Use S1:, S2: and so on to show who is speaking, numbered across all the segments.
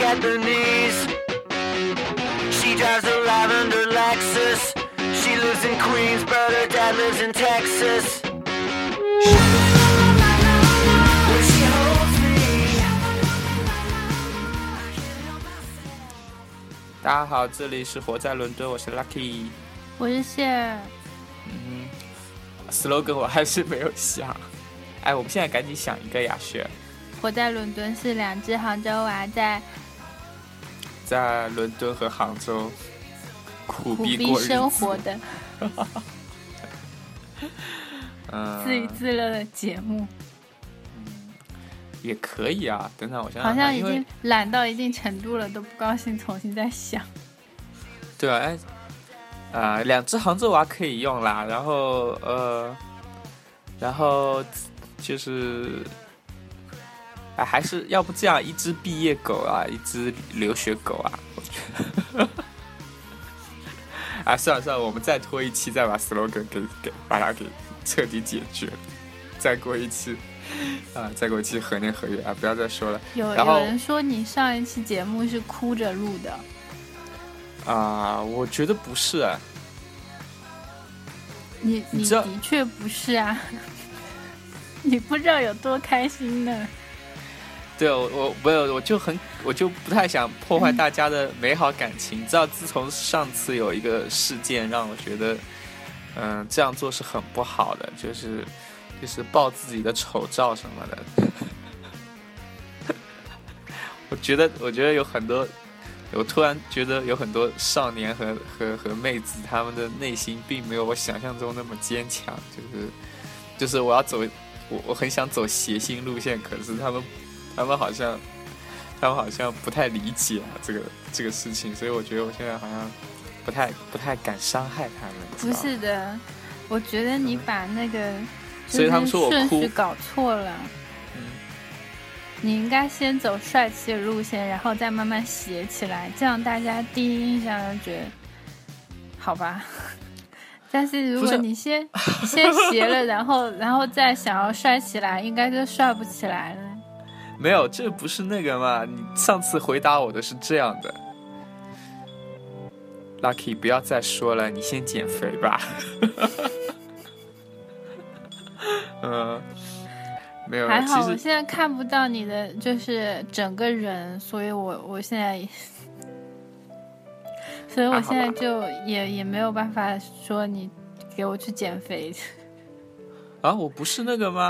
S1: at the knees. She drives a lavender Lexus. She lives in Queens, but her dad lives in Texas. When she holds me.
S2: 大家好，这里是活在伦敦，我是 Lucky，
S3: 我是谢尔。
S2: slogan 我还是没有想。哎，我们现在赶紧想一个呀，雪。
S3: 活在伦敦是两只杭州娃
S2: 在伦敦和杭州苦逼
S3: 逼
S2: 过日子
S3: 生活的自娱
S2: 嗯，
S3: 自乐的节目，
S2: 也可以啊。等等，我想想
S3: 好
S2: 看，因为
S3: 像已经懒到一定程度了，都不高兴重新再想。
S2: 对啊，哎，两只杭州娃可以用啦，然后就是，哎，还是要不这样，一只毕业狗啊，一只留学狗啊，我觉得。啊，算了，我们再拖一期，再把 slogan 把它给彻底解决。再过一期，再过一期何年何月啊！不要再说了。
S3: 有
S2: 然后
S3: 人说你上一期节目是哭着录的，
S2: 我觉得不是啊。
S3: 你
S2: 知道
S3: 的确不是啊，你不知道有多开心呢。
S2: 对，我就不太想破坏大家的美好感情。你知道，自從上次有一个事件让我觉得，这样做是很不好的，就是爆自己的丑照什么的。我觉得有很多，我突然觉得有很多少年和妹子，他们的内心并没有我想象中那么坚强。就是我要走，我很想走谐星路线，可是他们好像不太理解这个事情，所以我觉得我现在好像不太敢伤害他们。
S3: 不是的，我觉得你把那个
S2: 所以他们说我哭
S3: 顺序搞错了。你应该先走帅气的路线，然后再慢慢斜起来，这样大家第一印象就觉得好吧。但是如果你先斜了，然后再想要帅起来，应该就帅不起来了。
S2: 没有，这不是那个嘛？你上次回答我的是这样的 ，Lucky， 不要再说了，你先减肥吧。没有，
S3: 还好，
S2: 其实
S3: 我现在看不到你的就是整个人，所以我现在所以我现在就也没有办法说你给我去减肥。
S2: 我不是那个吗？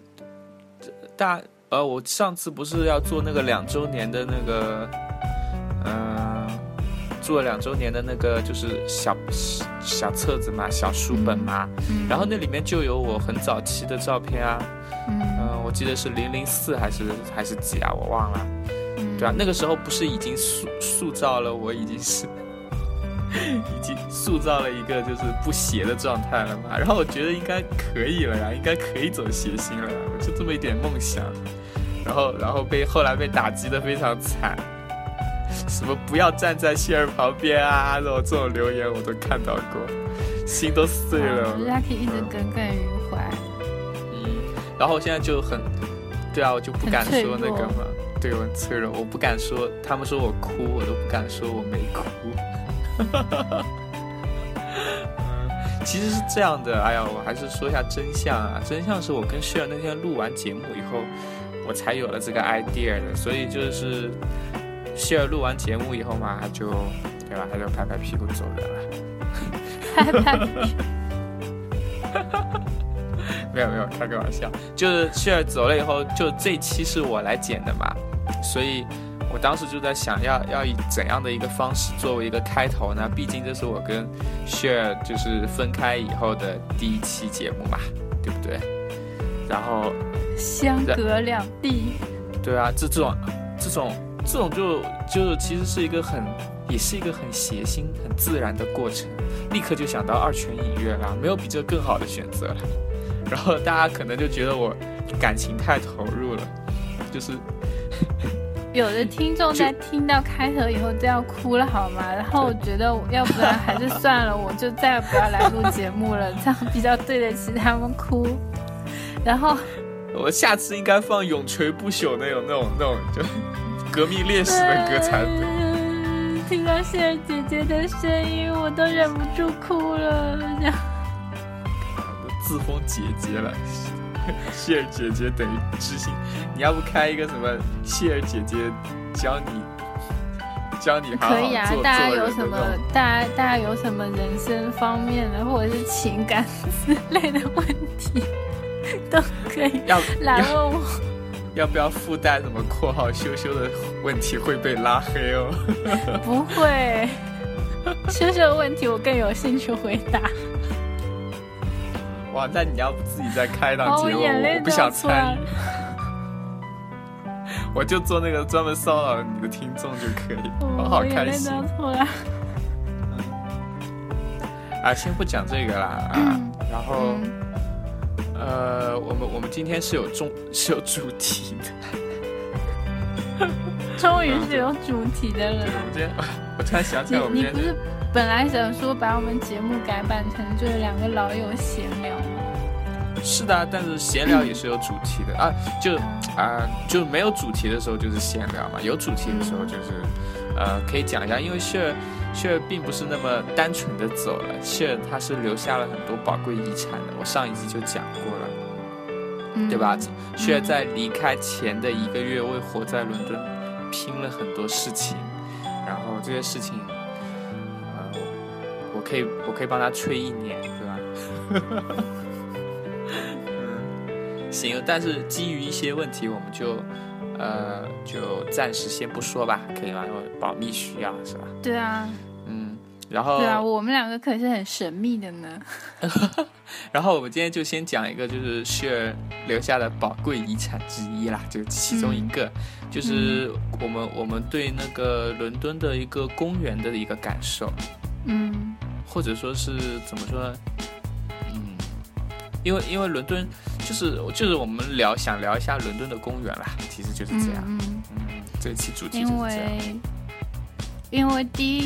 S2: 我上次不是要做那个2周年的那个，做2周年的那个就是小册子嘛，小书本嘛，然后那里面就有我很早期的照片啊，我记得是004还是几啊，我忘了，对啊，那个时候不是已经塑造了我已经塑造了一个就是不斜的状态了嘛，然后我觉得应该可以了呀，应该可以走斜心了呀，我就这么一点梦想，然后后来被打击得非常惨，什么不要站在谢尔旁边啊，这种留言我都看到过，心都碎了。
S3: 我觉得他可以一直耿耿于怀。
S2: 然后我现在就很，对啊，我就不敢说那个嘛，对，我很脆弱，我不敢说，他们说我哭，我都不敢说我没哭。其实是这样的，哎呀，我还是说一下真相啊。真相是我跟雪儿那天录完节目以后，我才有了这个 idea 的。所以就是雪儿录完节目以后嘛，他就对吧，他就拍拍屁股走人了。
S3: 拍拍屁
S2: 没有，开个玩笑。就是雪儿走了以后，就这期是我来剪的嘛，所以我当时就在想要以怎样的一个方式作为一个开头呢？毕竟这是我跟 Share 就是分开以后的第一期节目嘛，对不对？然后
S3: 相隔两地，
S2: 对啊，这种就其实是一个也是一个很谐星、很自然的过程，立刻就想到二泉映月啦，没有比这更好的选择了。然后大家可能就觉得我感情太投入了，就是
S3: 有的听众在听到开头以后都要哭了好吗？然后我觉得要不然还是算了，我就再也不要来录节目了，这样比较对得起他们哭。然后
S2: 我下次应该放永垂不朽那种就革命烈士的歌才对。
S3: 听到谢尔姐姐的声音，我都忍不住哭了。这样
S2: 自封姐姐了，谢尔姐姐等于知心。你要不开一个什么谢尔姐姐教你好好
S3: 可以啊，
S2: 做
S3: 大家
S2: 做人
S3: 有什么大家有什么人生方面的或者是情感之类的问题，都可以来问我。
S2: 要不要附带什么括号羞羞的问题会被拉黑哦？
S3: 不会，羞羞的问题我更有兴趣回答。
S2: 哇，那你要不自己再开一档节目，我不想参与。我就做那个专门骚扰你的听众就可以，我好开心。先不讲这个啦然后我们今天是有主题的，
S3: 终于是有主题的了。
S2: 我突然想起来，我们今天
S3: 你不是本来想说把我们节目改版成就是两个老友闲聊吗？
S2: 是的，但是闲聊也是有主题的就没有主题的时候就是闲聊嘛，有主题的时候就是可以讲一下，因为谢尔并不是那么单纯的走了，谢尔他是留下了很多宝贵遗产的，我上一集就讲过了，对吧？谢尔在离开前的1个月为活在伦敦拼了很多事情，然后这些事情我可以帮他吹1年，对吧？行，但是基于一些问题，我们就暂时先不说吧，可以吗？因为保密需要，是吧？
S3: 对啊，
S2: 然后
S3: 对啊，我们两个可是很神秘的呢。
S2: 然后我们今天就先讲一个，就是谢尔留下的宝贵遗产之一啦，就其中一个，就是我们对那个伦敦的一个公园的一个感受，或者说是怎么说呢？因为伦敦就是我们想聊一下伦敦的公园啦，其实就是这样。这一期主题就是这样。
S3: 因为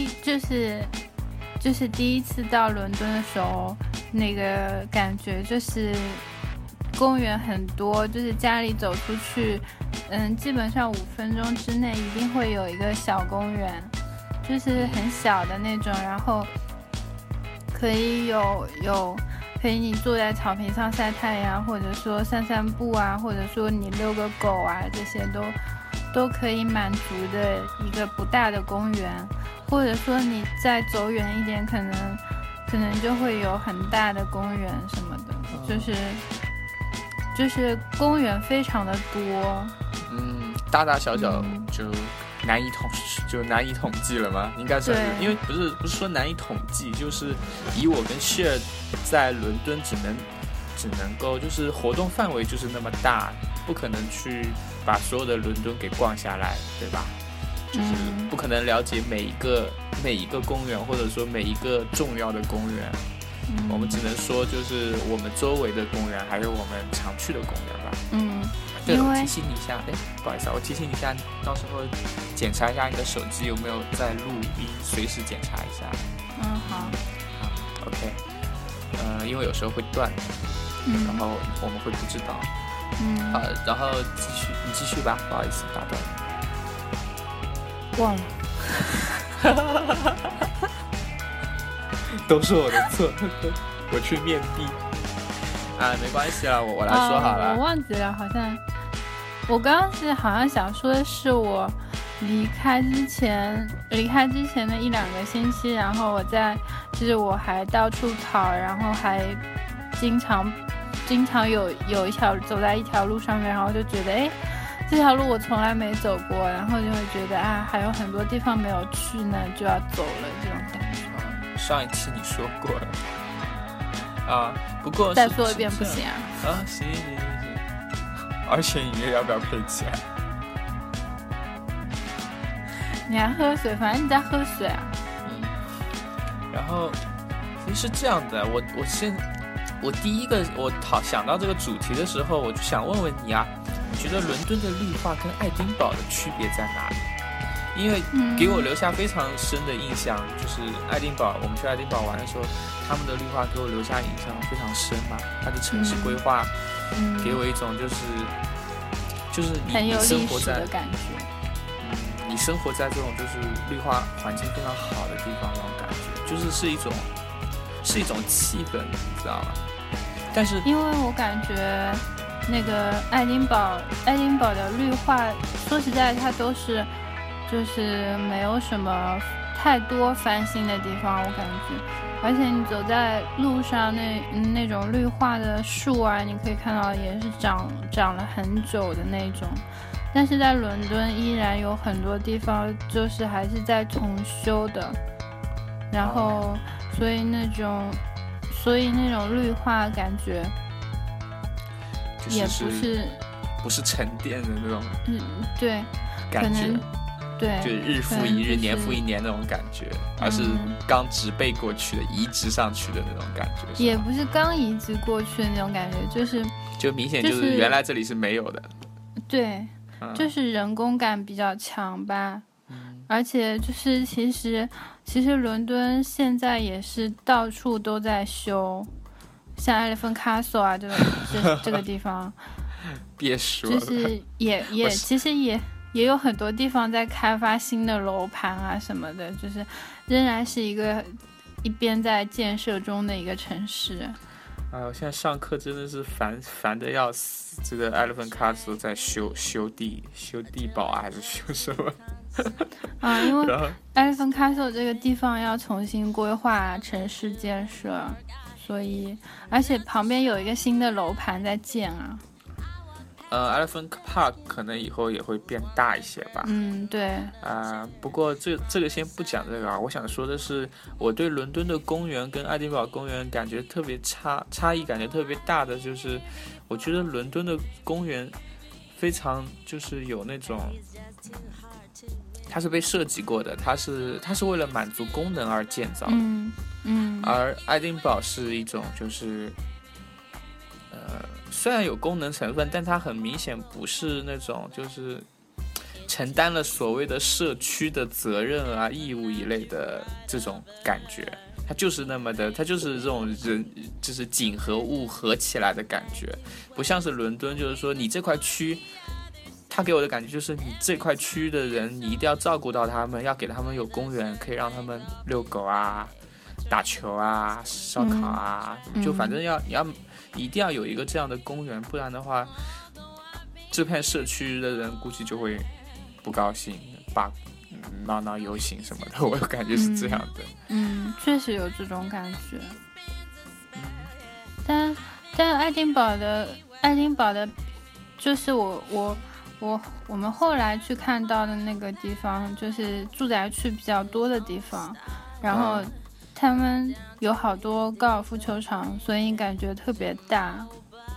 S3: 就是第一次到伦敦的时候，那个感觉就是公园很多，就是家里走出去，基本上5分钟之内一定会有一个小公园，就是很小的那种，然后可以可以你坐在草坪上晒太阳，或者说散散步啊，或者说你遛个狗啊，这些都可以满足的一个不大的公园，或者说你再走远一点，可能就会有很大的公园什么的，就是公园非常的多，
S2: 大大小小就难以统计了吗？应该算是，因为不是说难以统计，就是以我跟谢尔在伦敦只能够就是活动范围就是那么大，不可能去把所有的伦敦给逛下来，对吧？就是不可能了解每一个公园，或者说每一个重要的公园，我们只能说就是我们周围的公园，还有我们常去的公园吧。对，我提醒你一下，不好意思，我提醒你一下，到时候检查一下你的手机有没有在录音，随时检查一下。
S3: 好
S2: ，OK， 因为有时候会断，然后我们会不知道。好，然后你继续吧，不好意思打断。
S3: 忘了。
S2: 都是我的错，我去面壁。没关系啦，我来说好了。
S3: 我忘记了，好像我刚刚是好像想说的是我离开之前的1-2个星期，然后就是我还到处跑，然后还经常有一条走在一条路上面，然后就觉得这条路我从来没走过，然后就会觉得还有很多地方没有去呢，就要走了这种感觉。
S2: 上一期你说过了不过
S3: 再说一遍不行啊？
S2: 行，而且音乐要不要配起来？
S3: 你还喝水，反正你在喝水啊。
S2: 然后其实是这样的，我第一个想到这个主题的时候，我就想问问你啊，你觉得伦敦的绿化跟爱丁堡的区别在哪里？因为给我留下非常深的印象，就是爱丁堡，我们去爱丁堡玩的时候，他们的绿化给我留下印象非常深嘛。它的城市规划给我一种就是你
S3: 很有
S2: 生活在
S3: 历史的感觉。
S2: 你生活在这种就是绿化环境非常好的地方，那种感觉就是是一种气氛，你知道吗？但是
S3: 因为我感觉那个爱丁堡的绿化，说实在，它都是就是没有什么太多翻新的地方，我感觉。而且你走在路上，那种绿化的树啊，你可以看到也是长了很久的那种。但是在伦敦依然有很多地方就是还是在重修的，然后所以那种绿化感觉也
S2: 不是沉淀的那种，
S3: 对，
S2: 感觉，
S3: 对，
S2: 就日复一日、年复一年那种感觉，而是刚植被过去的、移植上去的那种感觉，
S3: 也不是刚移植过去的那种感觉，
S2: 就明显就是原来这里是没有的，
S3: 对，就是人工感比较强吧，而且就是其实伦敦现在也是到处都在修，像 Elephant Castle 啊这个地方，
S2: 别说了，
S3: 就是其实也有很多地方在开发新的楼盘啊什么的，就是仍然是一边在建设中的一个城市。
S2: 我现在上课真的是烦的要死。这个 Elephant Castle 在修地堡还是修什么？
S3: 因为 Elephant Castle 这个地方要重新规划城市建设，所以而且旁边有一个新的楼盘在建啊。
S2: Elephant Park 可能以后也会变大一些吧。
S3: 对。
S2: 不过这个先不讲这个啊。我想说的是，我对伦敦的公园跟爱丁堡公园感觉特别差异感觉特别大的就是，我觉得伦敦的公园非常就是有那种，它是被设计过的，它是为了满足功能而建造的。而爱丁堡是一种就是虽然有功能成分，但它很明显不是那种就是承担了所谓的社区的责任啊、义务一类的这种感觉，它就是那么的，它就是这种人就是景和物合起来的感觉，不像是伦敦，就是说你这块区，它给我的感觉就是你这块区的人，你一定要照顾到他们，要给他们有公园，可以让他们遛狗啊、打球啊、烧烤啊，就反正一定要有一个这样的公园，不然的话，这片社区的人估计就会不高兴，闹游行什么的，我感觉是这样的。
S3: 确实有这种感觉。但爱丁堡的，就是我们后来去看到的那个地方，就是住宅区比较多的地方，然后他们有好多高尔夫球场，所以感觉特别大，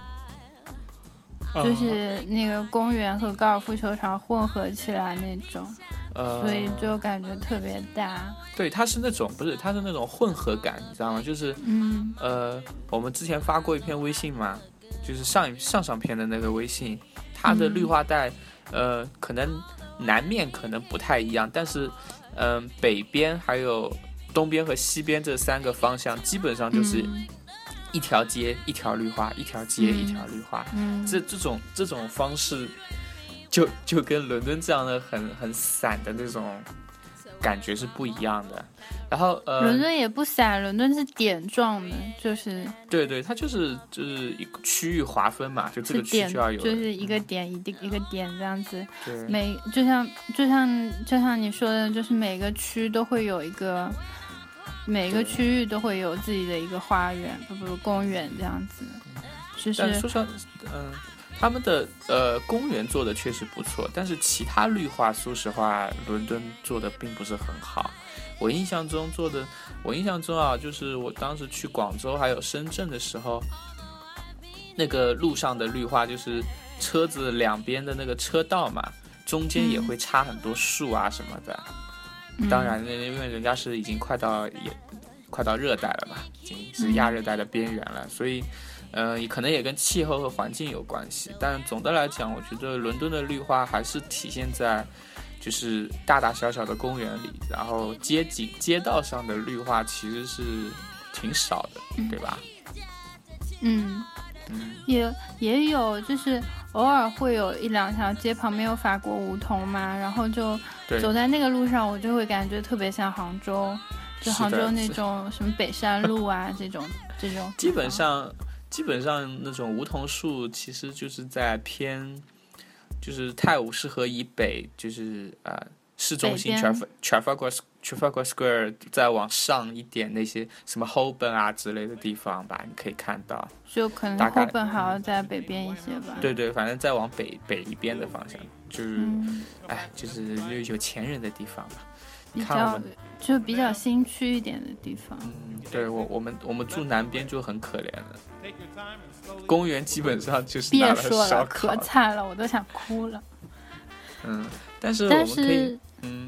S3: 就是那个公园和高尔夫球场混合起来那种，所以就感觉特别大。
S2: 对，它是那种混合感，你知道吗？就是我们之前发过一篇微信嘛，就是上篇的那个微信，它的绿化带可能南面可能不太一样，但是北边还有东边和西边这3个方向基本上就是一条街一条绿化，一条街一条绿化，这种方式就跟伦敦这样的很散的那种感觉是不一样的。然后
S3: 伦敦也不散，伦敦是点状的，就是
S2: 对，它就是一个区域划分嘛，就这个区就要有，
S3: 就是一个点一个点这样子。
S2: 对，
S3: 就像你说的，就是每个区都会有一个，每个区域都会有自己的一个花园，不是公园这样子。
S2: 但说实话，他们的公园做的确实不错，但是其他绿化，说实话，伦敦做的并不是很好。我印象中啊，就是我当时去广州还有深圳的时候，那个路上的绿化就是车子两边的那个车道嘛，中间也会插很多树啊什么的。当然，因为人家是已经快到热带了嘛，已经是亚热带的边缘了，所以可能也跟气候和环境有关系。但总的来讲，我觉得伦敦的绿化还是体现在就是大大小小的公园里，然后街道上的绿化其实是挺少的，对吧？
S3: 也有，就是偶尔会有一两条街旁边有法国梧桐嘛，然后就走在那个路上，我就会感觉特别像杭州，就杭州那种什么北山路啊这种。基本上那种梧桐树其实就是在偏，就是泰晤士河以北，就是市中心 Trafalgar Square 再往上一点，那些什么 Holborn 啊之类的地方吧，你可以看到。 就可能 Holborn 还要在北边一些吧。
S2: 对，反正再往北一边的方向，就是，就是有钱人的地方吧。
S3: 比较新区一点的地方。
S2: 对，我们住南边就很可怜了，公园基本上就是拿
S3: 来烧烤。别说了，可惨了，我都想哭了。
S2: 但是我们可以，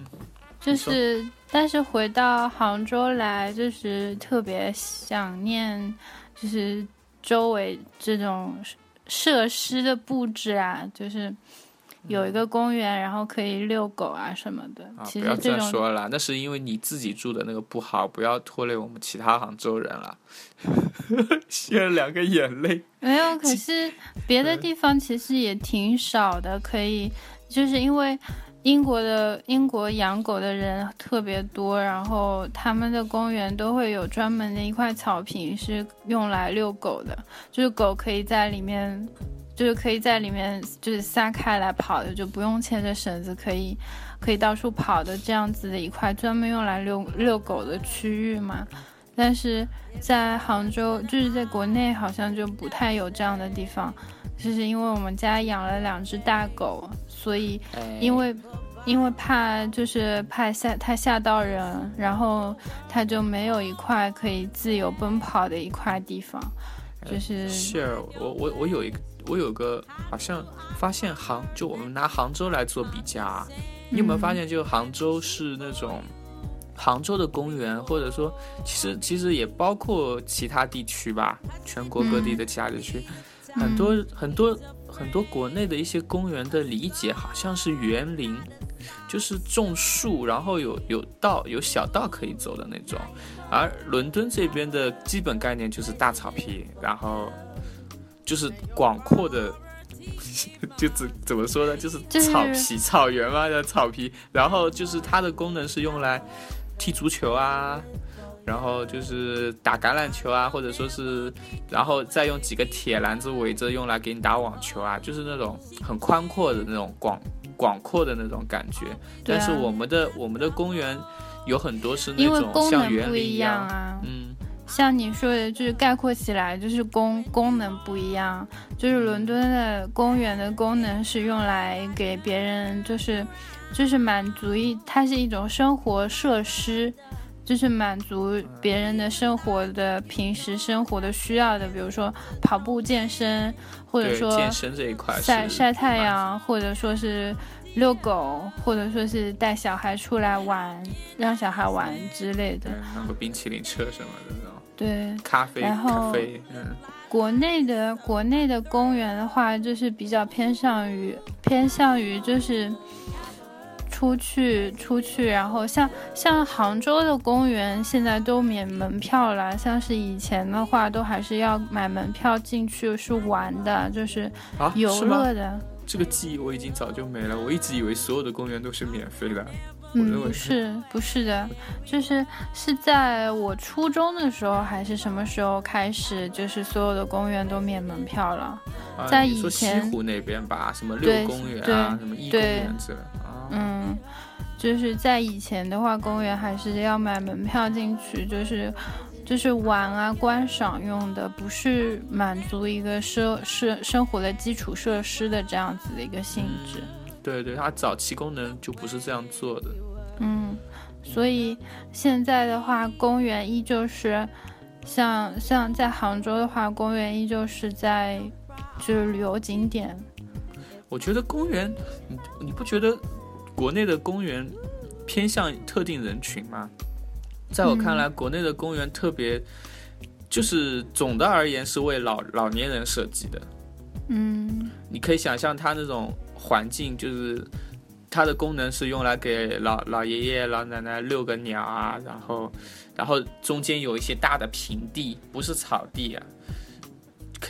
S3: 但是回到杭州来，就是特别想念，就是周围这种设施的布置啊，就是有一个公园，然后可以遛狗啊什么的。其实
S2: 不要这样说了，那是因为你自己住的那个不好，不要拖累我们其他杭州人了。擤了2个眼泪。
S3: 没有，可是别的地方其实也挺少的，可以，就是因为英国养狗的人特别多，然后他们的公园都会有专门的一块草坪是用来遛狗的，就是狗可以在里面就是撒开来跑的，就不用牵着绳子，可以到处跑的这样子的一块专门用来遛狗的区域嘛。但是在杭州，就是在国内好像就不太有这样的地方，就是因为我们家养了2只大狗，所以因为怕它吓到人，然后它就没有一块可以自由奔跑的一块地方，就是
S2: 我有个好像发现就我们拿杭州来做比较，你有没有发现就杭州是那种杭州的公园，或者说其实也包括其他地区吧，全国各地的其他地区，很多国内的一些公园的理解好像是园林，就是种树，然后有小道可以走的那种。而伦敦这边的基本概念就是大草坪，然后就是广阔的，就怎么说呢，就是草原嘛的草皮，然后就是它的功能是用来踢足球啊，然后就是打橄榄球啊，或者说是，然后再用几个铁篮子围着用来给你打网球啊，就是那种很宽阔的那种广阔的那种感觉。但是我们的公园有很多是那种像园林一样啊，
S3: 像你说的，就是概括起来就是功能不一样。就是伦敦的公园的功能是用来给别人，就是满足它是一种生活设施，就是满足别人的平时生活的需要的，比如说跑步健身，或者说
S2: 健身这一块
S3: 晒太阳，或者说是遛狗，或者说是带小孩出来玩，让小孩玩之类的，
S2: 弄个冰淇淋车什么的那种。
S3: 对，
S2: 咖啡。
S3: 国内的公园的话，就是比较偏向于就是出去，然后像杭州的公园现在都免门票了，像是以前的话都还是要买门票进去是玩的，就是游乐的。
S2: 这个记忆我已经早就没了，我一直以为所有的公园都是免费的。
S3: 不是的，是在我初中的时候还是什么时候开始，就是所有的公园都免门票了。在以前，你
S2: 说西湖那边吧，什么六公园啊，什么一公园之类的。
S3: 就是在以前的话，公园还是要买门票进去，就是玩啊观赏用的，不是满足一个生活的基础设施的这样子的一个性质。
S2: 对，它早期功能就不是这样做的。
S3: 所以现在的话，公园依旧是像在杭州的话，公园依旧是就是旅游景点。
S2: 我觉得公园，你不觉得国内的公园偏向特定人群吗？在我看来，国内的公园特别，就是总的而言是为老年人设计的。你可以想象它那种环境，就是它的功能是用来给老爷爷老奶奶遛个鸟啊，然后中间有一些大的平地，不是草地啊，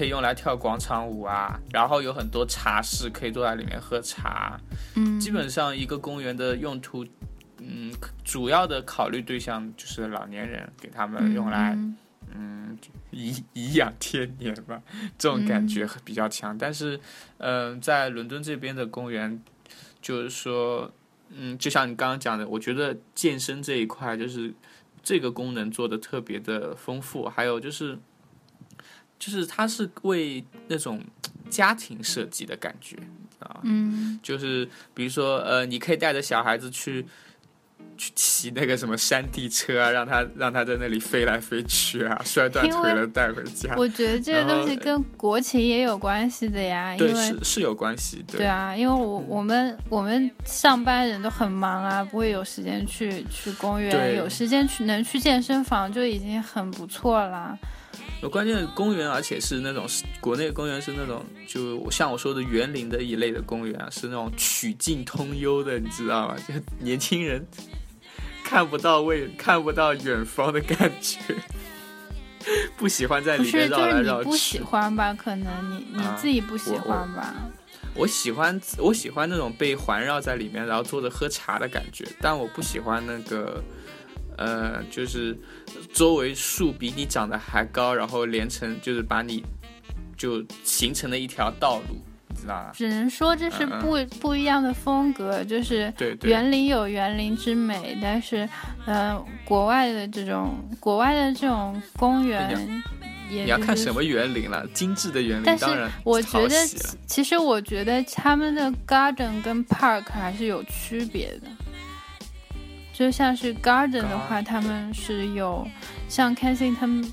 S2: 可以用来跳广场舞啊，然后有很多茶室可以坐在里面喝茶。基本上一个公园的用途，主要的考虑对象就是老年人，给他们用来颐养天年吧，这种感觉比较强。但是在伦敦这边的公园，就是说就像你刚刚讲的，我觉得健身这一块就是这个功能做的特别的丰富，还有就是它是为那种家庭设计的感觉啊，就是比如说你可以带着小孩子去骑那个什么山地车啊，让他在那里飞来飞去啊，摔断腿了带回家。
S3: 我觉得这个东西跟国情也有关系的呀，
S2: 对，
S3: 因为
S2: 是有关系。
S3: 对啊，因为我们上班人都很忙啊，不会有时间去公园，有时间能去健身房就已经很不错啦。
S2: 关键公园，而且是那种国内公园是那种就像我说的园林的一类的公园啊，是那种曲径通幽的，你知道吗？就年轻人看不到远方的感觉，不喜欢在里面绕来绕去。
S3: 就是你不喜欢吧？可能你自己不喜欢吧？
S2: 我喜欢那种被环绕在里面，然后坐着喝茶的感觉，但我不喜欢那个就是周围树比你长得还高，然后连成就是把你就形成了一条道路，你知道吗？只
S3: 能说这是不一样的风格，就是园林有园林之美，但是国外的这种公园
S2: 你要看什么园林了，精致的园林当然
S3: 其实我觉得他们的 garden 跟 park 还是有区别的。就像是 garden 的话，他们是有像 Kensington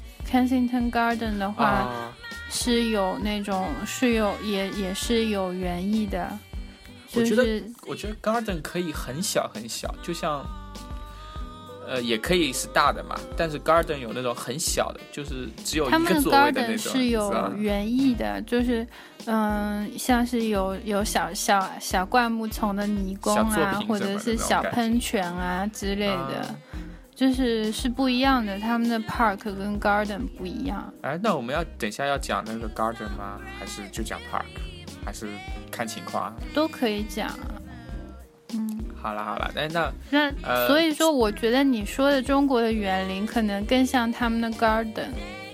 S3: Garden 的话，是有那种也是有园艺的。
S2: 我觉得 garden 可以很小很小，就像也可以是大的嘛，但是 garden 有那种很小的，就是只有一个座位的那种。他们的
S3: garden 是有园艺的，就是像是有小灌木丛的迷宫啊，或者是小喷泉啊之类的，就是不一样的。他们的 park 跟 garden 不一样。
S2: 哎，那我们等一下要讲那个 garden 吗？还是就讲 park？还是看情况？
S3: 都可以讲。
S2: 好了，
S3: 所以说，我觉得你说的中国的园林可能更像他们的 garden。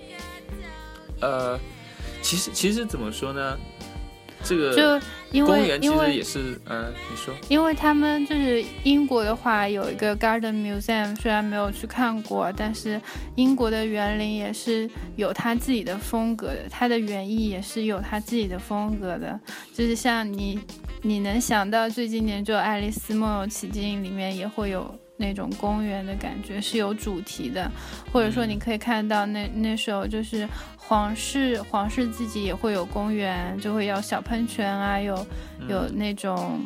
S2: 其实怎么说呢？这个
S3: 就
S2: 公园其实也是你说，
S3: 因为他们就是英国的话有一个 Garden Museum， 虽然没有去看过，但是英国的园林也是有它自己的风格的，它的园艺也是有它自己的风格的，就是像你能想到最经典就《爱丽丝梦游奇境》里面也会有那种公园的感觉，是有主题的，或者说你可以看到那时候就是皇室自己也会有公园，就会有小喷泉啊，有那种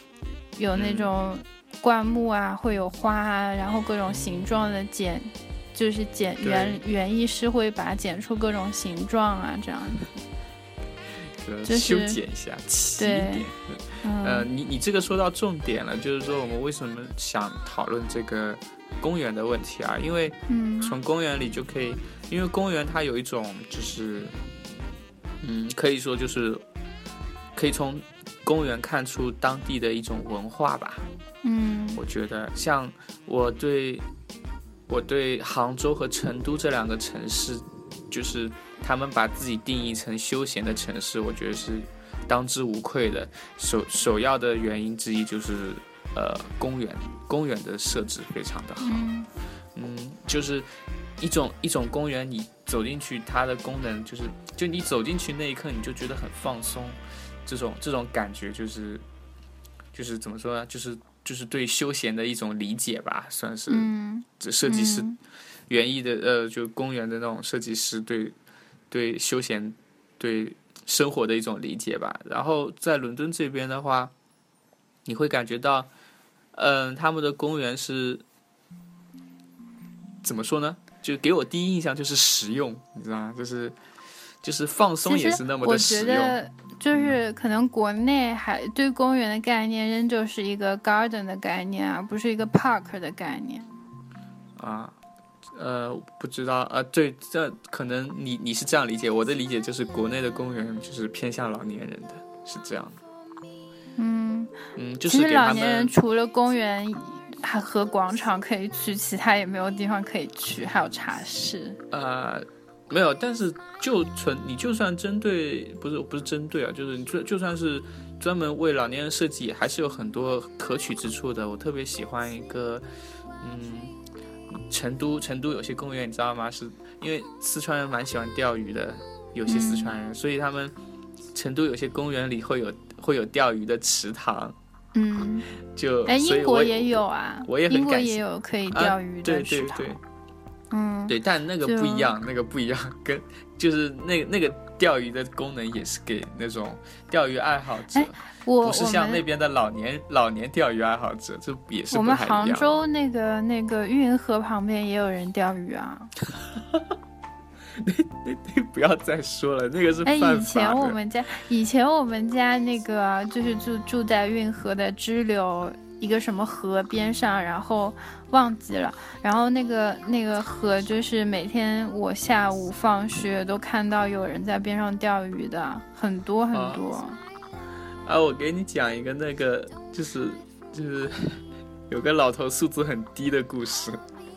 S3: 灌木啊，会有花啊，然后各种形状的园艺师会把它剪出各种形状啊，这样子。
S2: 修剪一下起点。你这个说到重点了，就是说我们为什么想讨论这个公园的问题啊？因为从公园里就可以，因为公园它有一种就是可以说就是可以从公园看出当地的一种文化吧。我觉得像我对杭州和成都这两个城市，就是他们把自己定义成休闲的城市，我觉得是当之无愧的。首要的原因之一就是公园的设置非常的好。就是一种公园，你走进去，它的功能就你走进去那一刻，你就觉得很放松，这种感觉就是怎么说呢？就是对休闲的一种理解吧，算是。这设计师园艺的就公园的那种设计师对休闲对生活的一种理解吧。然后在伦敦这边的话，你会感觉到他们的公园是怎么说呢？就给我第一印象就是实用，你知道吗？就是放松也是那么的实用。
S3: 我觉得就是可能国内还对公园的概念仍旧是一个 garden 的概念，而不是一个 park 的概念。
S2: 不知道啊，对，这可能你是这样理解，我的理解就是国内的公园就是偏向老年人的，是这样的。就是
S3: 其实
S2: 给他们
S3: 老年人除了公园还和广场可以去，其他也没有地方可以去，还有茶室。
S2: 没有，但是你就算针对不是针对啊，就是你就算是专门为老年人设计，还是有很多可取之处的。我特别喜欢一个成都有些公园，你知道吗？是因为四川人蛮喜欢钓鱼的，有些四川人，所以他们成都有些公园里会有钓鱼的池塘。
S3: 英国也有啊，
S2: 我也很
S3: 英国也有可以钓鱼的池塘。
S2: 对，但那个不一样，跟就是那个钓鱼的功能也是给那种钓鱼爱好者，不是像那边的老年钓鱼爱好者，这也是不太一样。
S3: 我们杭州那个运河旁边也有人钓鱼啊。
S2: 那不要再说了，那个是犯法的。
S3: 以前我们家那个就是住在运河的支流一个什么河边上，然后忘记了，然后那个河就是每天我下午放学都看到有人在边上钓鱼的，很多很多。
S2: 我给你讲一个那个就是有个老头素质很低的故事。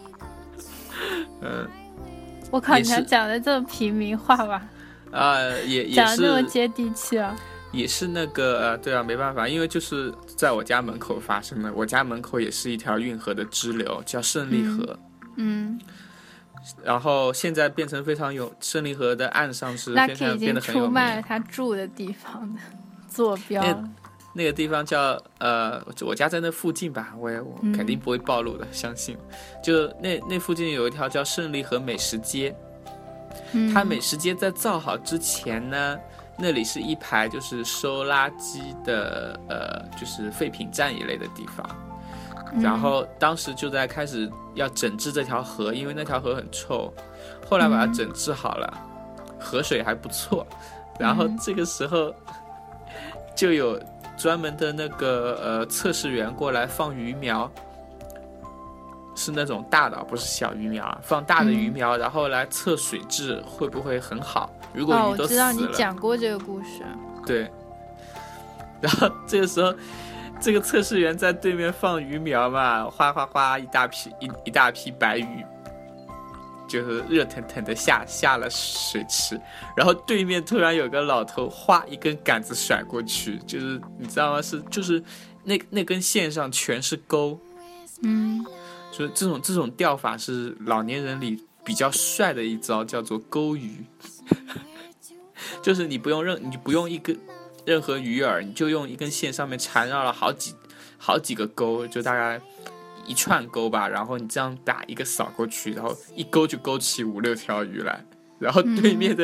S3: 我靠，你还讲的这么平民话吧？
S2: 也是
S3: 讲的那么接地气啊！
S2: 也是那个对啊，没办法，因为就是在我家门口发生的。我家门口也是一条运河的支流，叫胜利河。然后现在变成非常胜利河的岸上是非常变得很有名。
S3: 出卖了他住的地方的坐标。
S2: 那个地方叫我家在那附近吧，我肯定不会暴露的，相信。就那附近有一条叫胜利河美食街。它美食街在造好之前呢，那里是一排就是收垃圾的就是废品站一类的地方。然后当时就在开始要整治这条河，因为那条河很臭，后来把它整治好了，河水还不错。然后这个时候就有专门的那个测试员过来放鱼苗，是那种大的，不是小鱼苗，放大的鱼苗，然后来测水质会不会很好。如果鱼都死了，
S3: 我知道你讲过这个故事。
S2: 对，然后这个时候，这个测试员在对面放鱼苗嘛，哗哗哗一大批白鱼，就是热腾腾的下了水池，然后对面突然有个老头哗一根杆子甩过去，就是你知道吗？就是那根线上全是钩。所以这种钓法是老年人里比较帅的一招，叫做钩鱼。就是你不用任何鱼饵，你就用一根线上面缠绕了好几个钩，就大概一串钩吧，然后你这样打一个扫过去，然后一勾就勾起5-6条鱼来，然后对面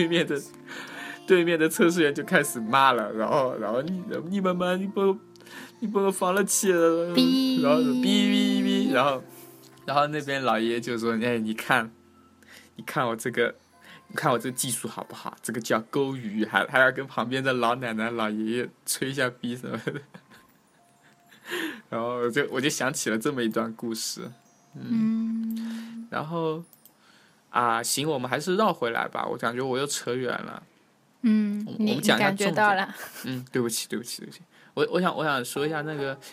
S2: 的测试员就开始骂了，然后你们你把我放了气了，然后哔哔哔，然后那边老爷爷就说：“哎，你看我这个技术好不好？这个叫钩鱼，还要跟旁边的老奶奶、老爷爷吹一下逼什么的。”然后我就想起了这么一段故事。然后行，我们还是绕回来吧，我感觉我又扯远了。
S3: 你
S2: 讲一下
S3: 感觉到了。
S2: 对不起。我想说一下那个，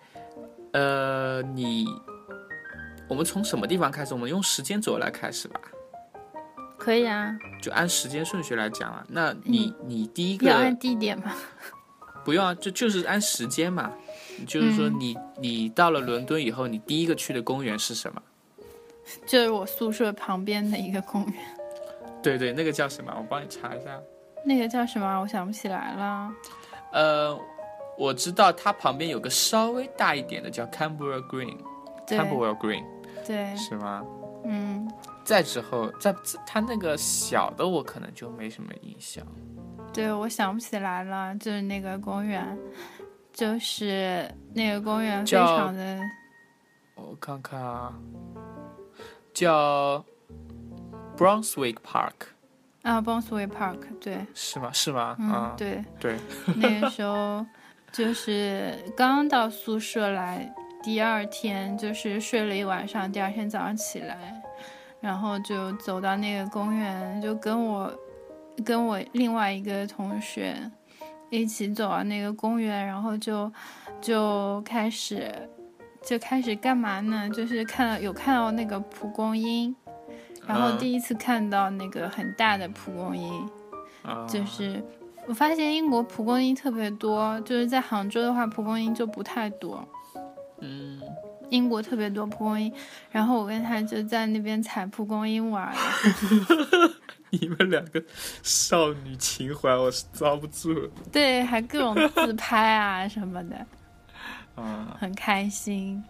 S2: 我们从什么地方开始？我们用时间轴来开始吧。
S3: 可以啊，
S2: 就按时间顺序来讲啊。那你第一个
S3: 要按地点吗？
S2: 不用啊，就是按时间嘛。就是说你到了伦敦以后，你第一个去的公园是什么？
S3: 就是我宿舍旁边的一个公园。
S2: 对，那个叫什么？我帮你查一下。
S3: 那个叫什么？我想不起来了。
S2: 我知道它旁边有个稍微大一点的叫 Camberwell Green。Camberwell Green。
S3: 对。
S2: 是吗？
S3: 再
S2: 之后，它那个小的我可能就没什么印象。
S3: 对，我想不起来了，就是那个公园，就是那个公园非常的，
S2: 我看看啊，叫 Brunswick Park。
S3: Brunswick Park， 对。
S2: 是吗？
S3: 对。那个时候就是刚到宿舍来，第二天就是睡了一晚上，第二天早上起来， 然后就走到那个公园，就跟我另外一个同学一起走到那个公园，然后就开始干嘛呢？就是看到那个蒲公英，然后第一次看到那个很大的蒲公英，就是我发现英国蒲公英特别多，就是在杭州的话蒲公英就不太多。英国特别多蒲公英，然后我跟他就在那边采蒲公英玩。
S2: 你们两个少女情怀我是遭不住了。
S3: 对，还各种自拍啊什么的，很开心。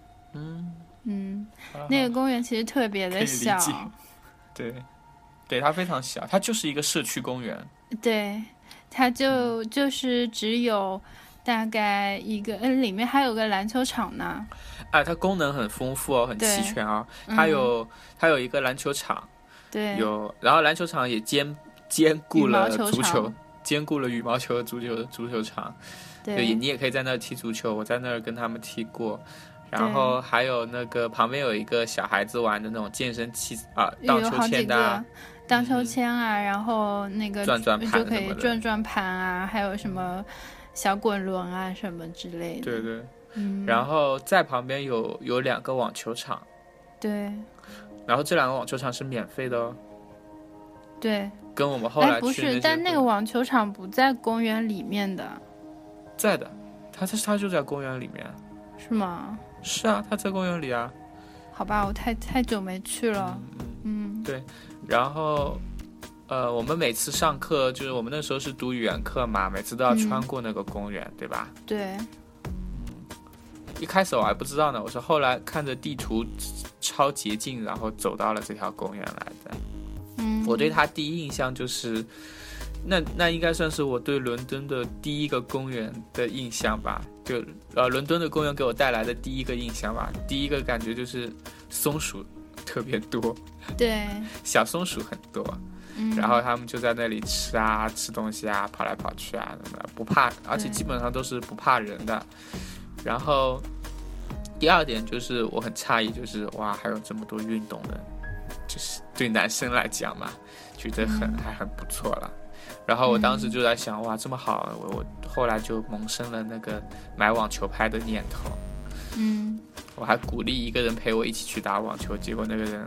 S3: 那个公园其实特别的小，
S2: 对，它非常小，它就是一个社区公园。
S3: 对，它就是只有大概一个，里面还有个篮球场呢。
S2: 它功能很丰富哦，很齐全哦。它有一个篮球场，
S3: 对，
S2: 然后篮球场也兼顾了足球，兼顾了羽毛球和足球场。对，你也可以在那儿踢足球，我在那儿跟他们踢过。然后还有那个旁边有一个小孩子玩的那种健身器荡秋千的，
S3: 荡秋千啊，然后那个
S2: 转盘
S3: 就可以转盘啊，还有什么小滚轮啊什么之类的。
S2: 对，然后在旁边有2个网球场。对，然后这2个网球场是免费的哦。
S3: 对，
S2: 跟我们后来去
S3: 不是，但那个网球场不在公园里面的。
S2: 在的，它就在公园里面。
S3: 是吗？
S2: 是啊，它在公园里啊。
S3: 好吧，我太久没去了。
S2: 对，然后我们每次上课，就是我们那时候是读语言课嘛，每次都要穿过那个公园，对吧？
S3: 对。
S2: 一开始我还不知道呢，我是后来看着地图超捷径，然后走到了这条公园来的。我对它第一印象就是，那应该算是我对伦敦的第一个公园的印象吧。就伦敦的公园给我带来的第一个印象吧，第一个感觉就是松鼠特别多，
S3: 对，
S2: 小松鼠很多，然后他们就在那里吃东西啊，跑来跑去啊，什么的，不怕，而且基本上都是不怕人的。然后第二点就是我很诧异，就是哇，还有这么多运动的，就是对男生来讲嘛，觉得还很不错了。然后我当时就在想，哇，这么好，我后来就萌生了那个买网球拍的念头。我还鼓励一个人陪我一起去打网球，结果那个人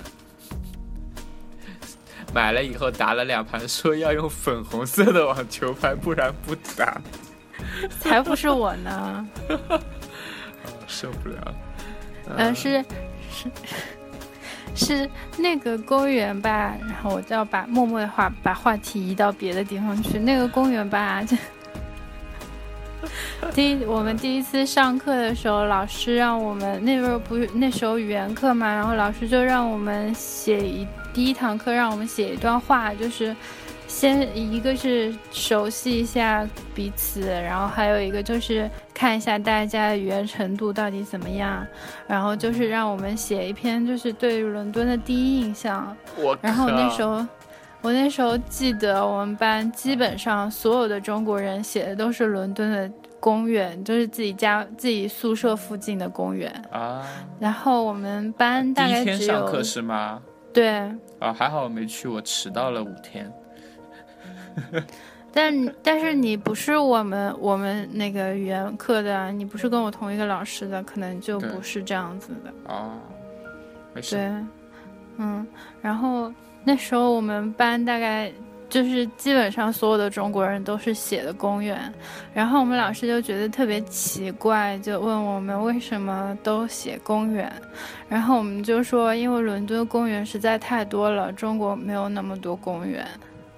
S2: 买了以后打了2盘，说要用粉红色的网球拍，不然不打。
S3: 才不是我呢。
S2: 受不了。
S3: 是那个公园吧，然后我就要默默的把话题移到别的地方去。那个公园吧，我们第一次上课的时候，老师让我们那时候语言课嘛，然后老师就让我们第一堂课让我们写一段话，就是一个是熟悉一下彼此，然后还有一个就是看一下大家的语言程度到底怎么样，然后就是让我们写一篇就是对伦敦的第一印象。然后我那时候记得我们班基本上所有的中国人写的都是伦敦的公园，就是自己宿舍附近的公园啊。然后我们班大概只有
S2: 第一天上课是吗？
S3: 对
S2: 啊，还好我没去，我迟到了5天。
S3: 但是你不是我们那个语言课的，你不是跟我同一个老师的，可能就不是这样子的。
S2: 没事。
S3: 对，然后那时候我们班大概就是基本上所有的中国人都是写的公园，然后我们老师就觉得特别奇怪，就问我们为什么都写公园，然后我们就说因为伦敦公园实在太多了，中国没有那么多公园。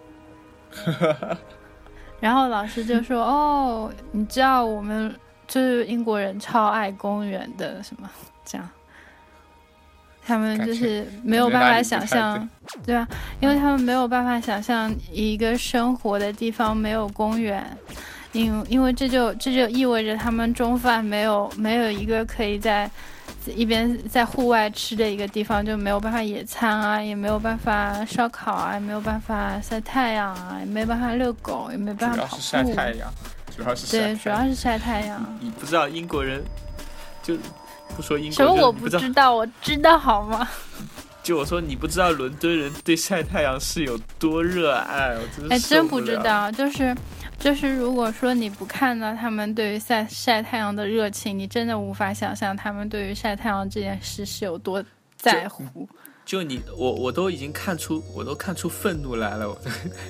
S3: 然后老师就说哦，你知道我们就是英国人超爱公园的什么这样，他们就是没有办法想象，对吧？因为他们没有办法想象一个生活的地方没有公园，因为这就意味着他们中饭没有一个可以在一边在户外吃的一个地方，就没有办法野餐啊，也没有办法烧烤啊，也没有办法晒太阳啊，也没办法遛狗，也没办法跑步。
S2: 主要是晒太阳。
S3: 对，主要是晒太阳。
S2: 你不知道英国人就不说英国
S3: 什么？我不知道，我知道好吗？
S2: 就我说你不知道伦敦人对晒太阳是有多热爱，我真是
S3: 真不知道，就是如果说你不看到他们对于晒太阳的热情，你真的无法想象他们对于晒太阳这件事是有多在乎。
S2: 就你我都已经看出愤怒来了，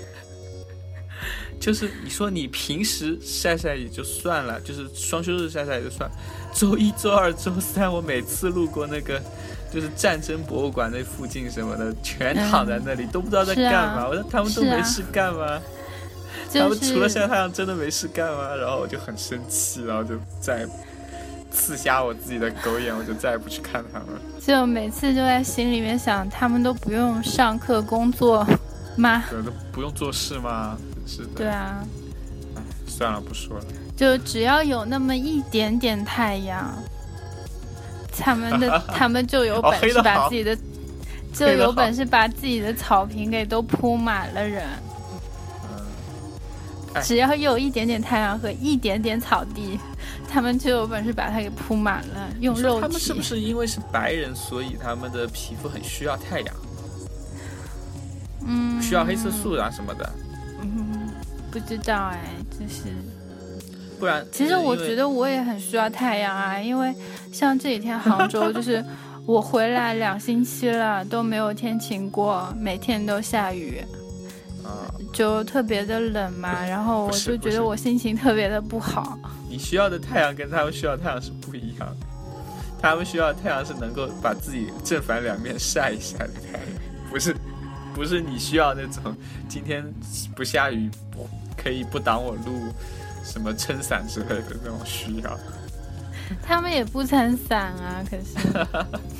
S2: 就是你说你平时晒晒也就算了，就是双休日晒晒也就算，周一周二周三我每次路过那个就是战争博物馆那附近什么的，全躺在那里，都不知道在干嘛。我说他们都没事干吗？他们除了晒太阳真的没事干吗？然后我就很生气，然后就再刺瞎我自己的狗眼，我就再也不去看他们了。
S3: 就每次就在心里面想，他们都不用上课工作吗？
S2: 对，都不用做事吗？是的。
S3: 对啊。
S2: 算了，不说了。
S3: 就只要有那么一点点太阳，他们就有本事把自己的，就有本事把自己的草坪给都铺满了人。只要有一点点太阳和一点点草地，他们就有本事把它给铺满了，用肉体。
S2: 他们是不是因为是白人，所以他们的皮肤很需要太阳？需要黑色素啊什么的。
S3: 不知道哎，就是
S2: 不然。
S3: 其实我觉得我也很需要太阳啊，因为像这几天杭州，就是我回来2星期了都没有天晴过，每天都下雨。就特别的冷嘛，然后我就觉得我心情特别的不好。
S2: 你需要的太阳跟他们需要的太阳是不一样的，他们需要的太阳是能够把自己正反两面晒一晒的太阳，不是你需要那种今天不下雨可以不挡我路什么撑伞之类的那种需要。
S3: 他们也不撑伞啊，可是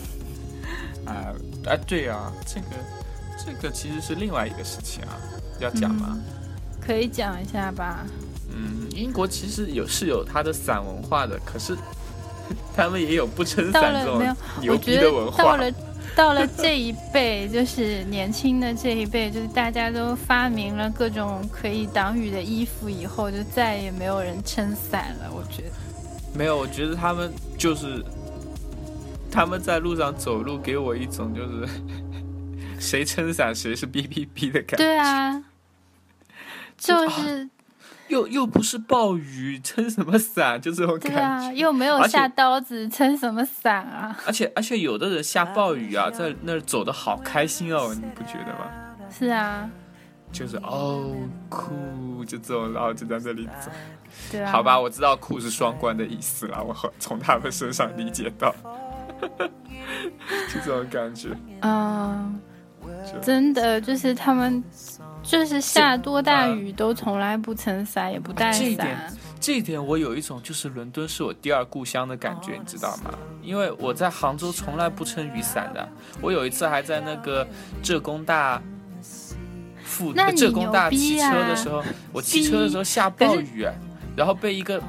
S2: 对啊，这个其实是另外一个事情啊，要讲吗？
S3: 可以讲一下吧。
S2: 英国其实是有它的伞文化的，可是他们也有不撑伞这种牛逼的文化。
S3: 到了这一辈，就是年轻的这一辈，就是大家都发明了各种可以挡雨的衣服以后，就再也没有人撑伞了。我觉得
S2: 没有，我觉得他们在路上走路，给我一种就是谁撑伞谁是哔哔哔的感觉。
S3: 对啊，就是
S2: 又不是暴雨，撑什么伞？就这种感觉。对
S3: 啊，又没有下刀子，撑什么伞啊？
S2: 而且有的人下暴雨啊，在那儿走的好开心哦，你不觉得吗？
S3: 是啊，
S2: 就是酷，就这种，然后就在这里走。
S3: 对啊，
S2: 好吧，我知道酷是双关的意思了，我从他们身上理解到，就这种感觉。
S3: 真的就是他们。就是下多大雨都从来不撑伞，也不带伞。
S2: 这一点我有一种就是伦敦是我第二故乡的感觉，你知道吗？因为我在杭州从来不撑雨伞的。我有一次还在那个浙工大骑车的时候，我骑车的时候下暴雨，然后被一个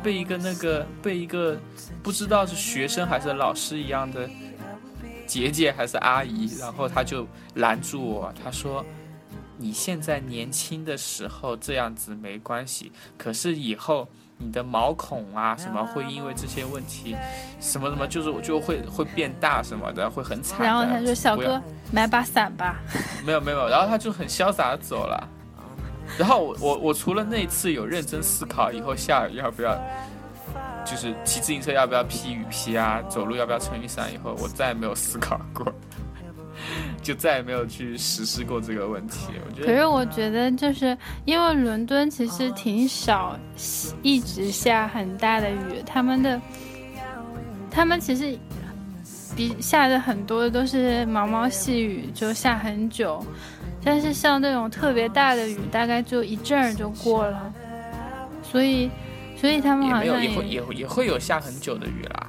S2: 不知道是学生还是老师一样的姐姐还是阿姨，然后他就拦住我，他说你现在年轻的时候这样子没关系，可是以后你的毛孔啊什么会因为这些问题什么就会变大什么的，会很惨的。
S3: 然后他说小哥买把伞吧。没有，
S2: 然后他就很潇洒的走了。然后我除了那次有认真思考以后下雨要不要，就是骑自行车要不要披雨披啊，走路要不要撑雨伞以后，我再也没有思考过。就再也没有去实施过这个问题。
S3: 可是我觉得就是因为伦敦其实挺少一直下很大的雨，他们其实比下的很多都是毛毛细雨，就下很久，但是像这种特别大的雨大概就一阵儿就过了，所以他们好像
S2: 也会有下很久的雨啦。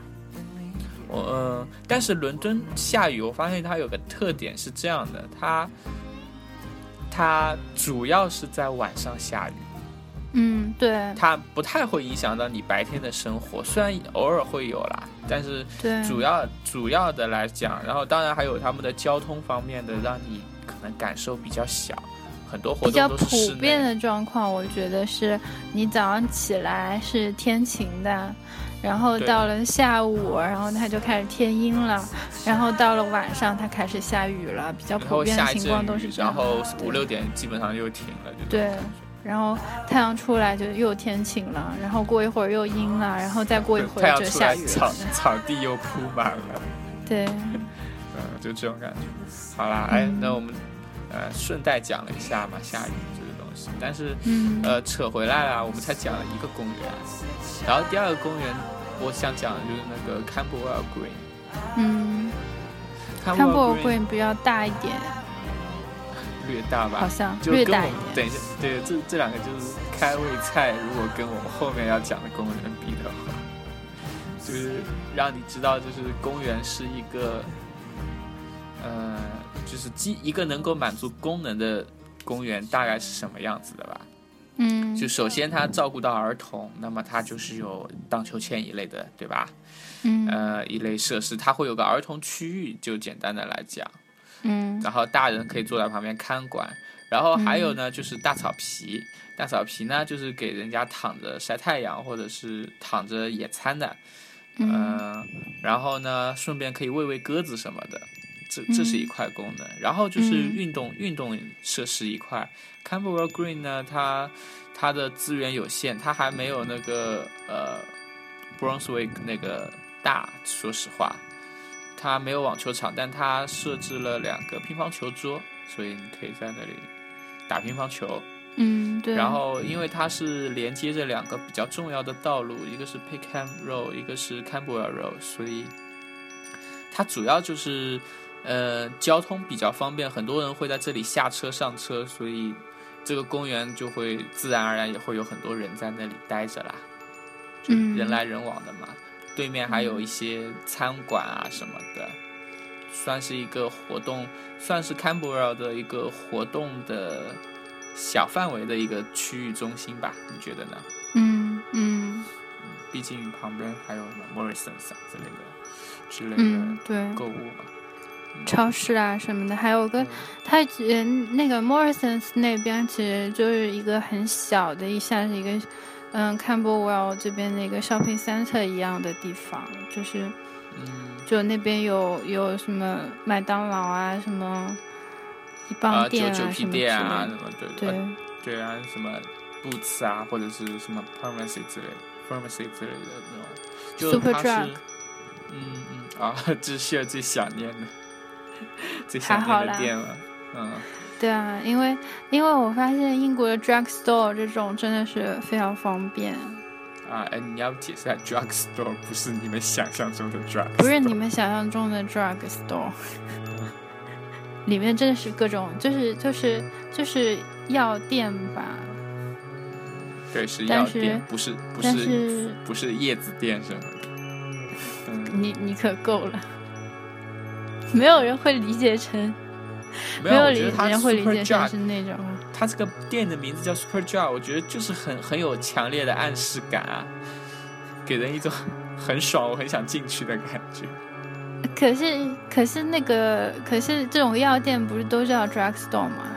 S2: 但是伦敦下雨，我发现它有个特点是这样的，它主要是在晚上下雨。
S3: 对，
S2: 它不太会影响到你白天的生活，虽然偶尔会有啦，但是主要的来讲，然后当然还有他们的交通方面的，让你可能感受比较小，很多活动都是
S3: 比较普遍的状况，我觉得是你早上起来是天晴的。 然后到了下午，然后它就开始天阴了，然后到了晚上它开始下雨了，比较普遍的情况都是这样。
S2: 然后5、6点基本上又停了。
S3: 对，然后太阳出来就又天晴了，然后过一会儿又阴了，然后再过一会儿就下雨了，
S2: 草地又铺满了。
S3: 对，
S2: 就这种感觉。好啦，那我们顺带讲了一下嘛，下雨这个东西，但是扯回来了，我们才讲了一个公园，然后第二个公园我想讲的就是那个 Camberwell Green。
S3: Camberwell Green 比较大一点，
S2: 略大吧，
S3: 好像
S2: 就
S3: 略大一点。
S2: 等一下，对，这两个就是开胃菜。如果跟我们后面要讲的公园比的话，就是让你知道，就是公园是一个，就是一个能够满足功能的公园大概是什么样子的吧。就首先它照顾到儿童，那么它就是有荡秋千一类的，对吧？一类设施，它会有个儿童区域，就简单的来讲。然后大人可以坐在旁边看管，然后还有呢就是大草皮，大草皮呢就是给人家躺着晒太阳或者是躺着野餐的，然后呢顺便可以喂喂鸽子什么的，这是一块功能。然后就是运动设施一块。Camberwell Green 呢，它的资源有限，它还没有那个Brunswick 那个大，说实话。它没有网球场，但它设置了2个乒乓球桌，所以你可以在那里打乒乓球。
S3: 对。
S2: 然后因为它是连接着2个比较重要的道路，一个是 Peckham Road， 一个是 Camberwell Road， 所以它主要就是交通比较方便，很多人会在这里下车上车，所以这个公园就会自然而然也会有很多人在那里待着啦，就人来人往的嘛。对面还有一些餐馆啊什么的，算是一个活动，算是 Camberwell 的一个活动的小范围的一个区域中心吧，你觉得呢？毕竟旁边还有什么 Morrisons 之类的购物嘛。
S3: 超市啊什么的，还有个它那个 Morrisons 那边其实就是一个很小的，像是一个Camberwell 这边的一个 shopping center 一样的地方，就是就那边有什么麦当劳啊，什么一邦店啊
S2: ，99P 店啊什么对啊，什么 Boots 啊，或者是什么 Pharmacy 之类的那种，就它是这是最想念的。最想念的店了。
S3: 对啊，因为我发现英国的 drugstore 这种真的是非常方便
S2: 你要解释一下 drugstore 不是你们想象中的 drugstore，
S3: 不是你们想象中的 drugstore 里面真的是各种就是药店吧。
S2: 对，是药店，不是叶子店什么的。
S3: 你可够了。没有人会理解成，没有人会理解成是那种。
S2: 它这个店的名字叫 Superdrug， 我觉得就是很有强烈的暗示感啊，给人一种很爽，我很想进去的感觉。可是这种药店不是都叫 drugstore 吗？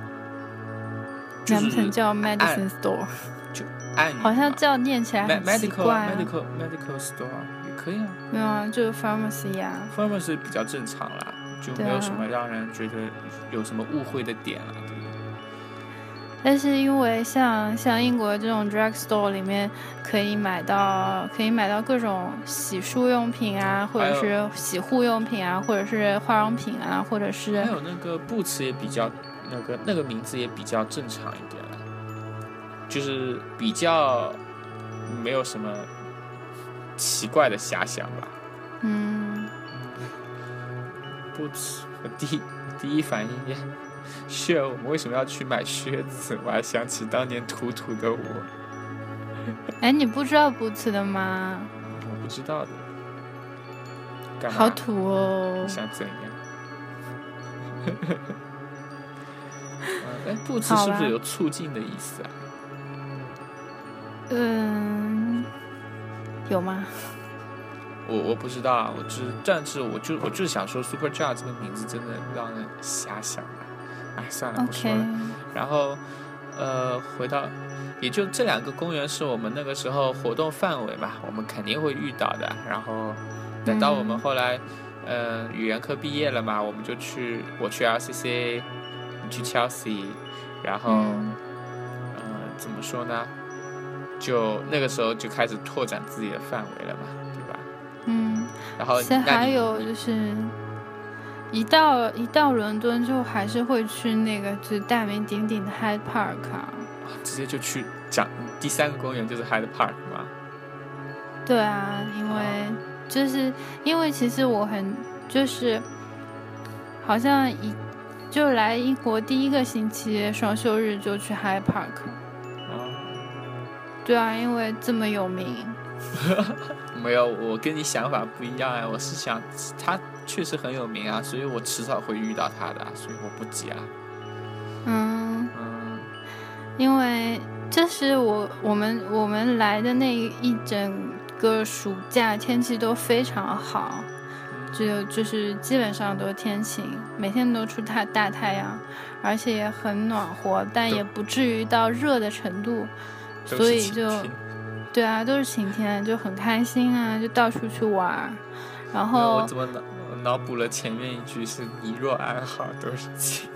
S2: 难不成叫 medicine store？ 就
S3: 好像这样念起来很奇怪啊。
S2: medical store。可以啊，
S3: 没有啊，就是 pharmacy 啊。
S2: pharmacy 比较正常啦，就没有什么让人觉得有什么误会的点了，对不对？
S3: 但是因为像英国这种 drugstore 里面可以买到各种洗漱用品啊，或者是洗护用品啊，或者是化妆品啊，或者是
S2: 还有那个 Boots 也比较那个名字也比较正常一点了，就是比较没有什么奇怪的遐想吧。Boots 我第一反应也是我们为什么要去买靴子？我还想起当年土的我。
S3: 你不知道 Boots 的吗？
S2: 我不知道的。干嘛？
S3: 好土哦！
S2: 你想怎样？Boots 是不是有促进的意思啊？
S3: 有吗？
S2: 我不知道啊，但是我就是想说 Superdrug 这个名字真的让人遐想啊。算了，不说了。然后回到，也就这2个公园是我们那个时候活动范围嘛，我们肯定会遇到的。然后等到我们后来，语言科毕业了嘛，我去 RCC， 你去 Chelsea， 然后，怎么说呢？就那个时候就开始拓展自己的范围了嘛，对吧？然后
S3: 还有就是一到伦敦就还是会去那个就是大名鼎鼎的 Hyde Park 啊。
S2: 直接就去讲第3个公园就是 Hyde Park 嘛。
S3: 对啊，因为其实我就是好像就来英国第1个星期双休日就去 Hyde Park。对啊，因为这么有名。
S2: 没有，我跟你想法不一样啊！我是想他确实很有名啊，所以我迟早会遇到他的，所以我不急啊。
S3: 因为这是我们来的那一整个暑假天气都非常好，就是基本上都天晴，每天都出大太阳，而且也很暖和，但也不至于到热的程度，所以对啊，都是晴天，就很开心啊，就到处去玩。然后
S2: 我怎么脑补了前面一句是你若安好都是晴。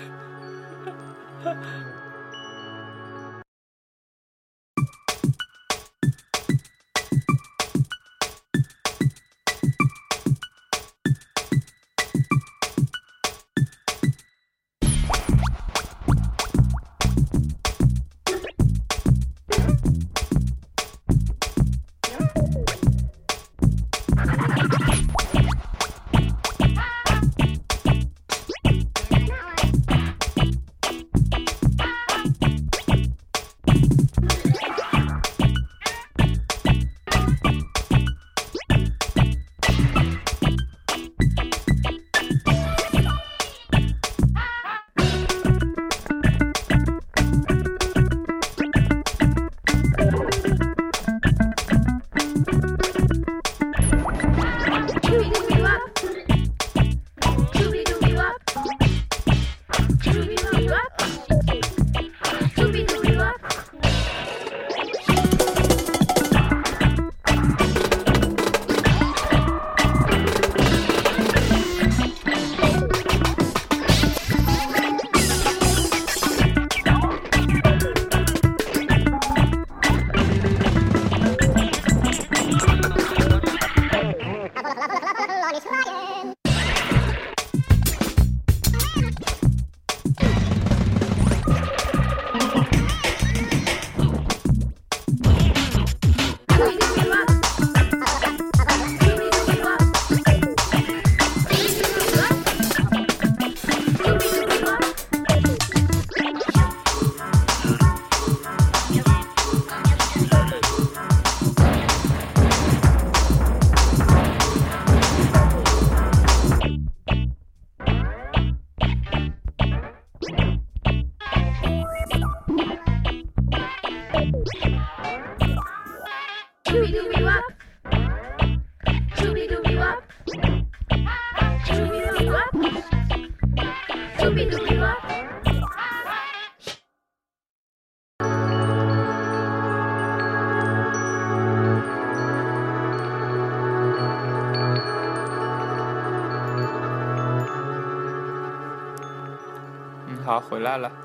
S2: 好，回来了。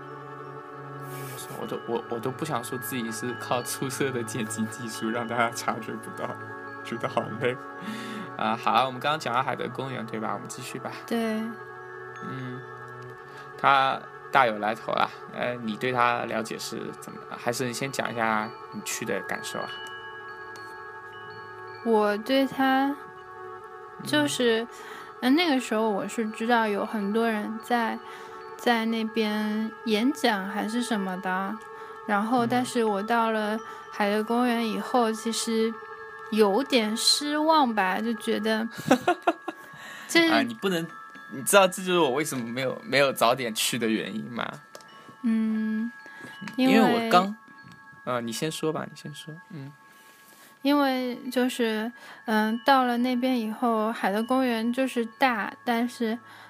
S2: 我都不想说自己是靠出色的剪辑技术让大家察觉不到，觉得好累啊。好，我们刚刚讲到海德公园对吧？我们继续吧。
S3: 对，
S2: 它大有来头啦。你对它了解是怎么？还是你先讲一下你去的感受啊？
S3: 我对它就是，那个时候我是知道有很多人在那边演讲还是什么的，然后但是我到了海德公园以后，其实有点失望吧，就觉得这
S2: 你不能，你知道这就是我为什么没有早点去的原因吗？因为我刚，你先说吧，你先说。
S3: 因为就是到了那边以后，海德公园就是大，但是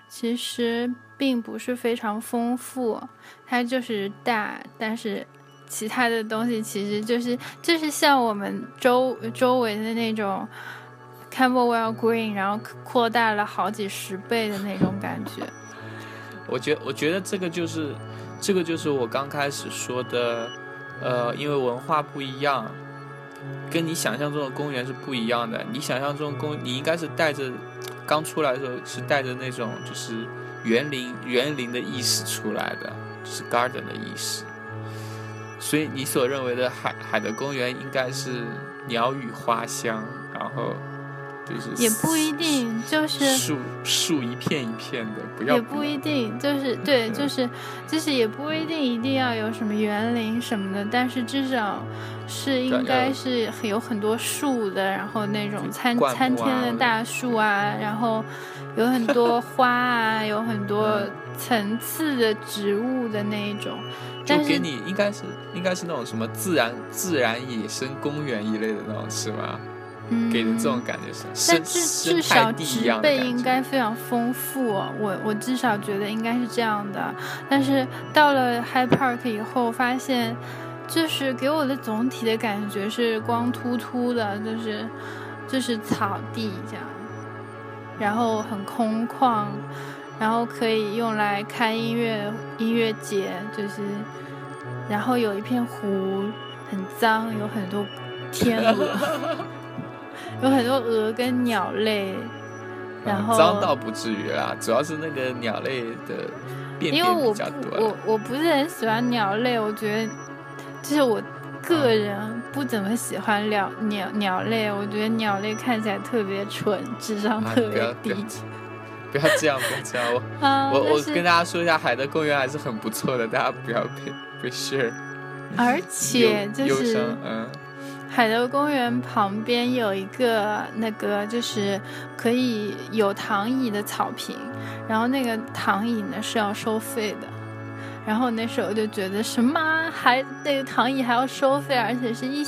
S3: 其实并不是非常丰富，它就是大，但是其他的东西其实就是像我们周围的那种 Camberwell Green， 然后扩大了好几十倍的那种感觉。
S2: 我觉得这个就是我刚开始说的，因为文化不一样，跟你想象中的公园是不一样的。你想象中你应该是带着刚出来的时候是带着那种就是园林的意识出来的，就是 garden 的意识。所以你所认为的海德公园应该是鸟语花香，然后就是
S3: 也不一定，就是
S2: 树一片一片的，不要
S3: 也不一定，就是对，就是也不一定一定要有什么园林什么的，但是至少是应该是有很多树的，然后那种参天的大树啊，然后有很多花啊，有很多层次的植物的那一种。
S2: 就给你应该是那种什么自然野生公园一类的那种，是吗？给人这种感觉是，
S3: 但至少植被应该非常丰富哦，我至少觉得应该是这样的。但是到了 Hyde Park 以后，发现就是给我的总体的感觉是光秃秃的，就是草地这样，然后很空旷，然后可以用来开音乐节，就是然后有一片湖很脏，有很多天鹅。有很多鹅跟鸟类，然后
S2: 脏倒不至于啦，主要是那个鸟类的便便比较多。
S3: 因为我不是很喜欢鸟类，我觉得就是我个人不怎么喜欢鸟类，我觉得鸟类看起来特别蠢，智商特别低。
S2: 不要这样，我跟大家说一下，海德公园还是很不错的，大家不要被 share。
S3: 而且就是海德公园旁边有一个那个就是可以有躺椅的草坪，然后那个躺椅呢是要收费的，然后那时候就觉得什么那个躺椅还要收费，而且是1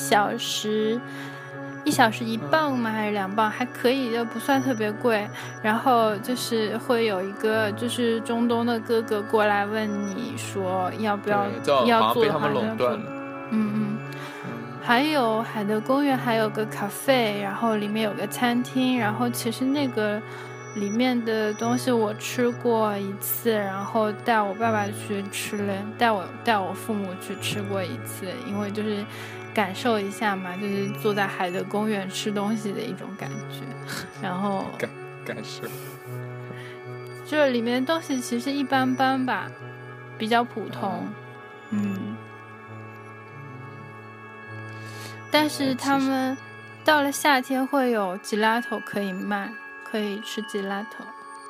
S3: 小时1磅吗还是2磅，还可以，就不算特别贵。然后就是会有一个就是中东的哥哥过来问你说要不要做的话，他们垄断了。还有海德公园还有个咖啡，然后里面有个餐厅，然后其实那个里面的东西我吃过一次，然后带我爸爸去吃了，带我父母去吃过一次，因为就是感受一下嘛，就是坐在海德公园吃东西的一种感觉。然后
S2: 感受
S3: 这里面的东西其实一般般吧，比较普通。但是他们到了夏天会有gelato可以卖，可以吃gelato。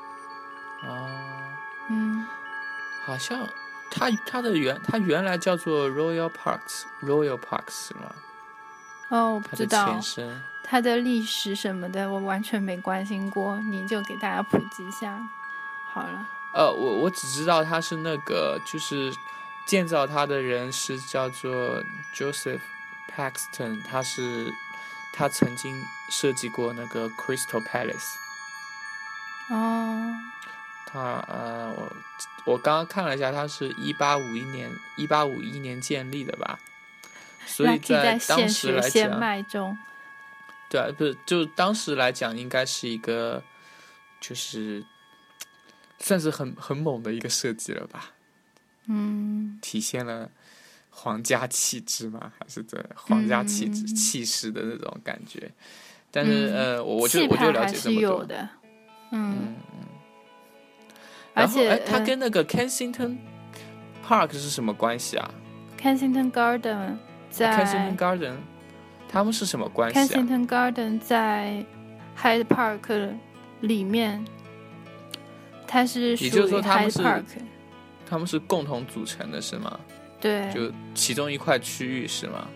S2: 好像它原来叫做 Royal Parks 是吗？
S3: 我不知道。
S2: 它的前身，
S3: 它的历史什么的我完全没关心过，你就给大家普及一下好了。
S2: 我只知道它是那个就是建造它的人是叫做 Joseph Paxton， 他曾经设计过那个 Crystal Palace。我刚刚看了一下，它是1851年建立的吧，所以在当时来讲，对，不是，就当时来讲，应该是一个就是算是很猛的一个设计了吧。体现了皇家气质吗？还是对皇家气势的那种感觉？但是我就了解这么多。而且它跟那个 Kensington Park 是什么关系啊？
S3: Kensington Garden
S2: 他们是什么关系啊？
S3: Kensington Garden 在 Hyde Park 里面，它是属于 Hyde Park。
S2: 他们是共同组成的是吗？
S3: 对，
S2: 就其中一块区域是吗？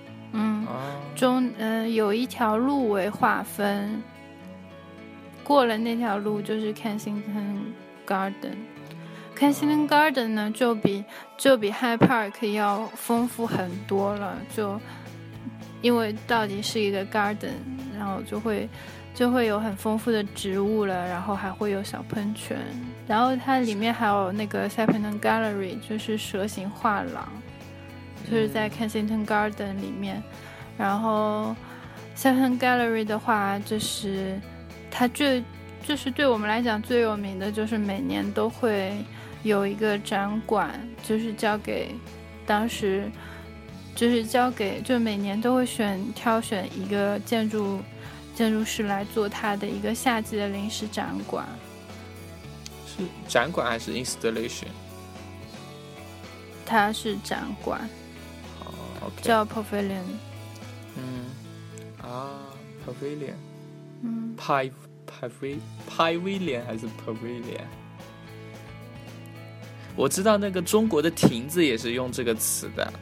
S3: 有一条路为划分，过了那条路就是 Kensington Garden。Kensington Garden 呢就比 Hyde Park 要丰富很多了，就因为到底是一个 garden， 然后就会就会有很丰富的植物了，然后还会有小喷泉，然后它里面还有那个 Sapington Gallery， 就是蛇形画廊，就是在 Kensington Garden 里面。然后 Sapington Gallery 的话，就是它就是对我们来讲最有名的就是每年都会有一个展馆，就是交给当时就每年都会挑选一个建筑师来做他的一个夏季的临时展馆。
S2: 是展馆还是 installation？
S3: 它是展馆。
S2: OK，
S3: 叫 Pavilion。
S2: Pavilion。Pavilion 还是 Pavilion？ 我知道那个中国的亭子也是用这个词的。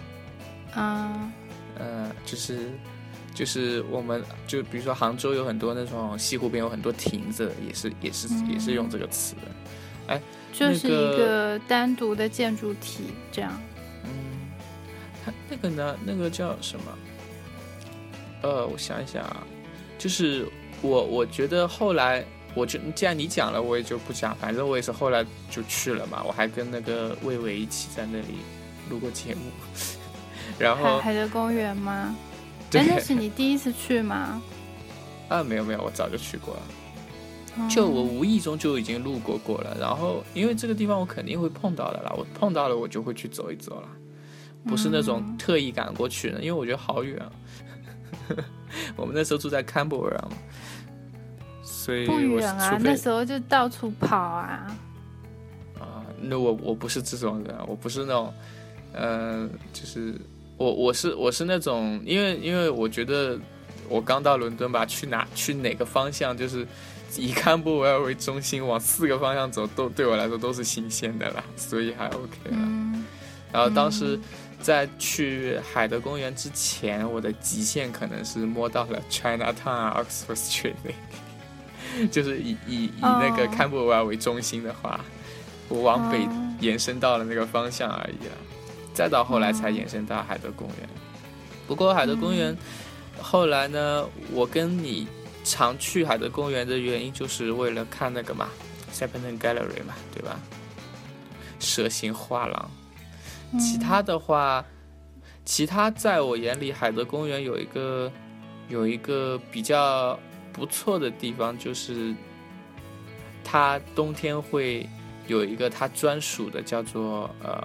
S2: 就是我们就比如说杭州有很多那种西湖边有很多亭子，也是用这个词的。哎，
S3: 就是一个单独的建筑体这样。
S2: 它那个呢，那个叫什么？我想一想啊，就是我觉得后来，既然你讲了，我也就不讲，反正我也是后来就去了嘛，我还跟那个魏伟一起在那里录过节目。然后
S3: 海德公园吗？那是你第一次去吗？
S2: 没有，我早就去过了。就我无意中就已经路过了，然后因为这个地方我肯定会碰到的啦，我碰到了我就会去走一走了，不是那种特意赶过去的，因为我觉得好远啊。我们那时候住在堪伯尔嘛，所以
S3: 不远啊，那时候就到处跑啊。
S2: 那我不是这种人，我不是那种，就是我是那种，因为我觉得我刚到伦敦吧，去哪个方向，就是以堪伯维尔为中心往4个方向走，都对我来说都是新鲜的啦，所以还 OK 了。然后当时在去海德公园之前，我的极限可能是摸到了 Chinatown Oxford Street 就是以那个堪伯维尔为中心的话，我往北延伸到了那个方向而已了，再到后来才延伸到海德公园。不过海德公园后来呢，我跟你常去海德公园的原因就是为了看那个嘛 Sapington Gallery 嘛，对吧？蛇形画廊。其他的话，在我眼里海德公园有一个比较不错的地方，就是它冬天会有一个它专属的叫做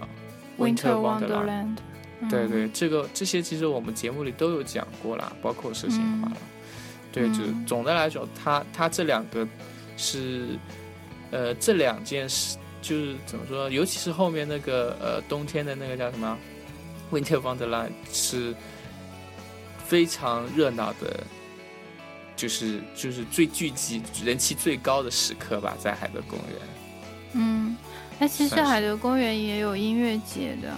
S3: Winter Wonderland。
S2: 对，这些其实我们节目里都有讲过啦，包括蛇形画廊。对，就总的来说，它这两个是这两件事。就是怎么说，尤其是后面那个冬天的那个叫什么 Winter Wonderland 是非常热闹的，就是最聚集人气最高的时刻吧，在海德公园。
S3: 那其实海德公园也有音乐节的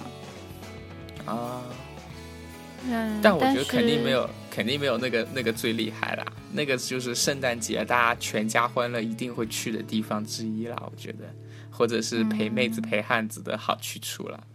S2: 但我觉得肯定没有那个最厉害啦，那个就是圣诞节大家全家欢乐一定会去的地方之一啦，我觉得。或者是陪妹子陪汉子的好去处了。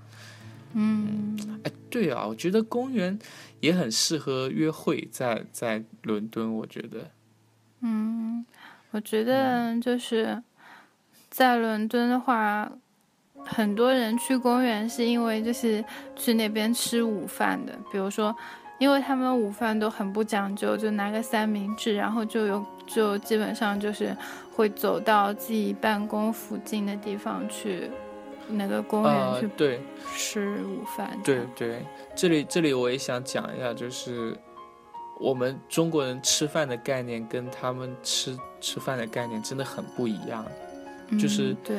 S2: 对啊，我觉得公园也很适合约会，在伦敦，我觉得。
S3: 我觉得就是在伦敦的话，很多人去公园是因为就是去那边吃午饭的，比如说因为他们午饭都很不讲究，就拿个三明治，然后就基本上就是会走到自己办公附近的地方去那个公园去吃午饭。
S2: 对，这里我也想讲一下，就是我们中国人吃饭的概念跟他们吃饭的概念真的很不一样。就是
S3: 对，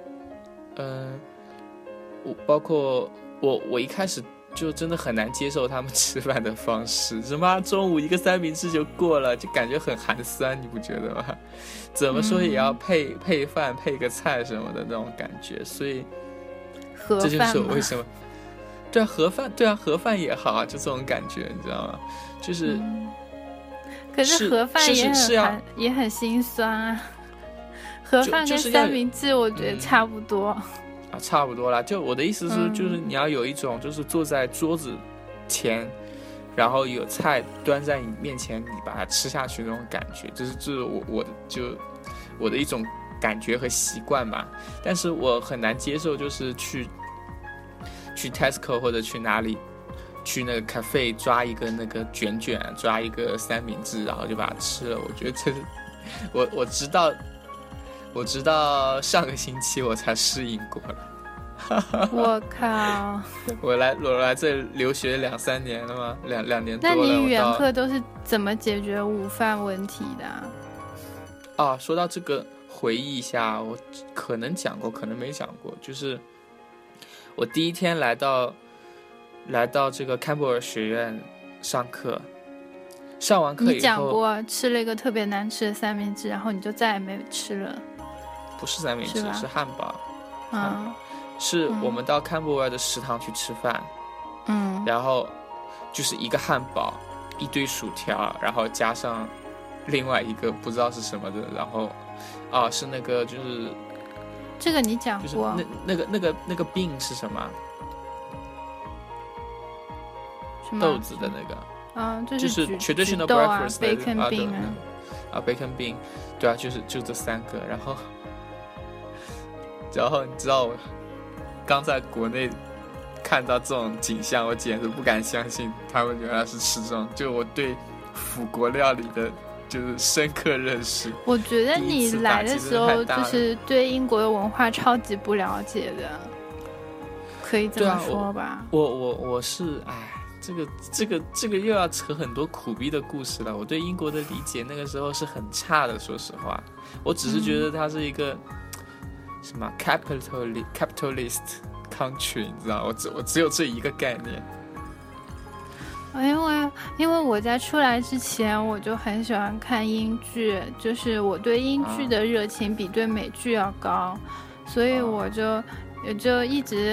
S2: 包括我一开始就真的很难接受他们吃饭的方式，什么中午一个三明治就过了，就感觉很寒酸，你不觉得吗？怎么说也要配饭配个菜什么的那种感觉，所以这就是我为什么盒饭也好啊，就这种感觉，你知道吗？就是
S3: 可是盒饭也很心酸啊。盒饭跟三明治我觉得差不多。差
S2: 不多啦，就我的意思是，就是你要有一种就是坐在桌子前， 然后有菜端在你面前，你把它吃下去那种感觉，这是我的一种感觉和习惯吧。但是我很难接受，就是去 Tesco 或者去哪里，去那个 cafe 抓一个那个卷卷，抓一个三明治，然后就把它吃了。我觉得这是我直到上个星期我才适应过了。
S3: 我靠！
S2: 我来这留学2-3年了吗？两年多了。
S3: 那你语言课都是怎么解决午饭问题的啊？
S2: 说到这个，回忆一下，我可能讲过，可能没讲过。就是我第一天来到这个坎布尔学院上课，上完课以后，
S3: 你讲过吃了一个特别难吃的三明治，然后你就再也没吃了。
S2: 不是三明治，是汉堡。是我们到坎布尔的食堂去吃饭，然后就是一个汉堡，一堆薯条，然后加上另外一个不知道是什么的，然后是那个就是
S3: 这个你讲过，
S2: 就是那个饼是什么？豆子的那个，就是 traditional breakfast
S3: bacon 饼
S2: bacon 饼，对啊，就这3个，然后你知道我刚在国内看到这种景象，我简直不敢相信他们原来是吃这种，就我对腐国料理的就是深刻认识。
S3: 我觉得你来的时候就是对英国的文化超级不了解的，可以这么说吧？
S2: 我是这个又要扯很多苦逼的故事了。我对英国的理解那个时候是很差的，说实话，我只是觉得它是一个什么 capitalist country， 你知道，我只有这一个概念。
S3: 因为我在出来之前我就很喜欢看英剧，就是我对英剧的热情比对美剧要高，所以我就一直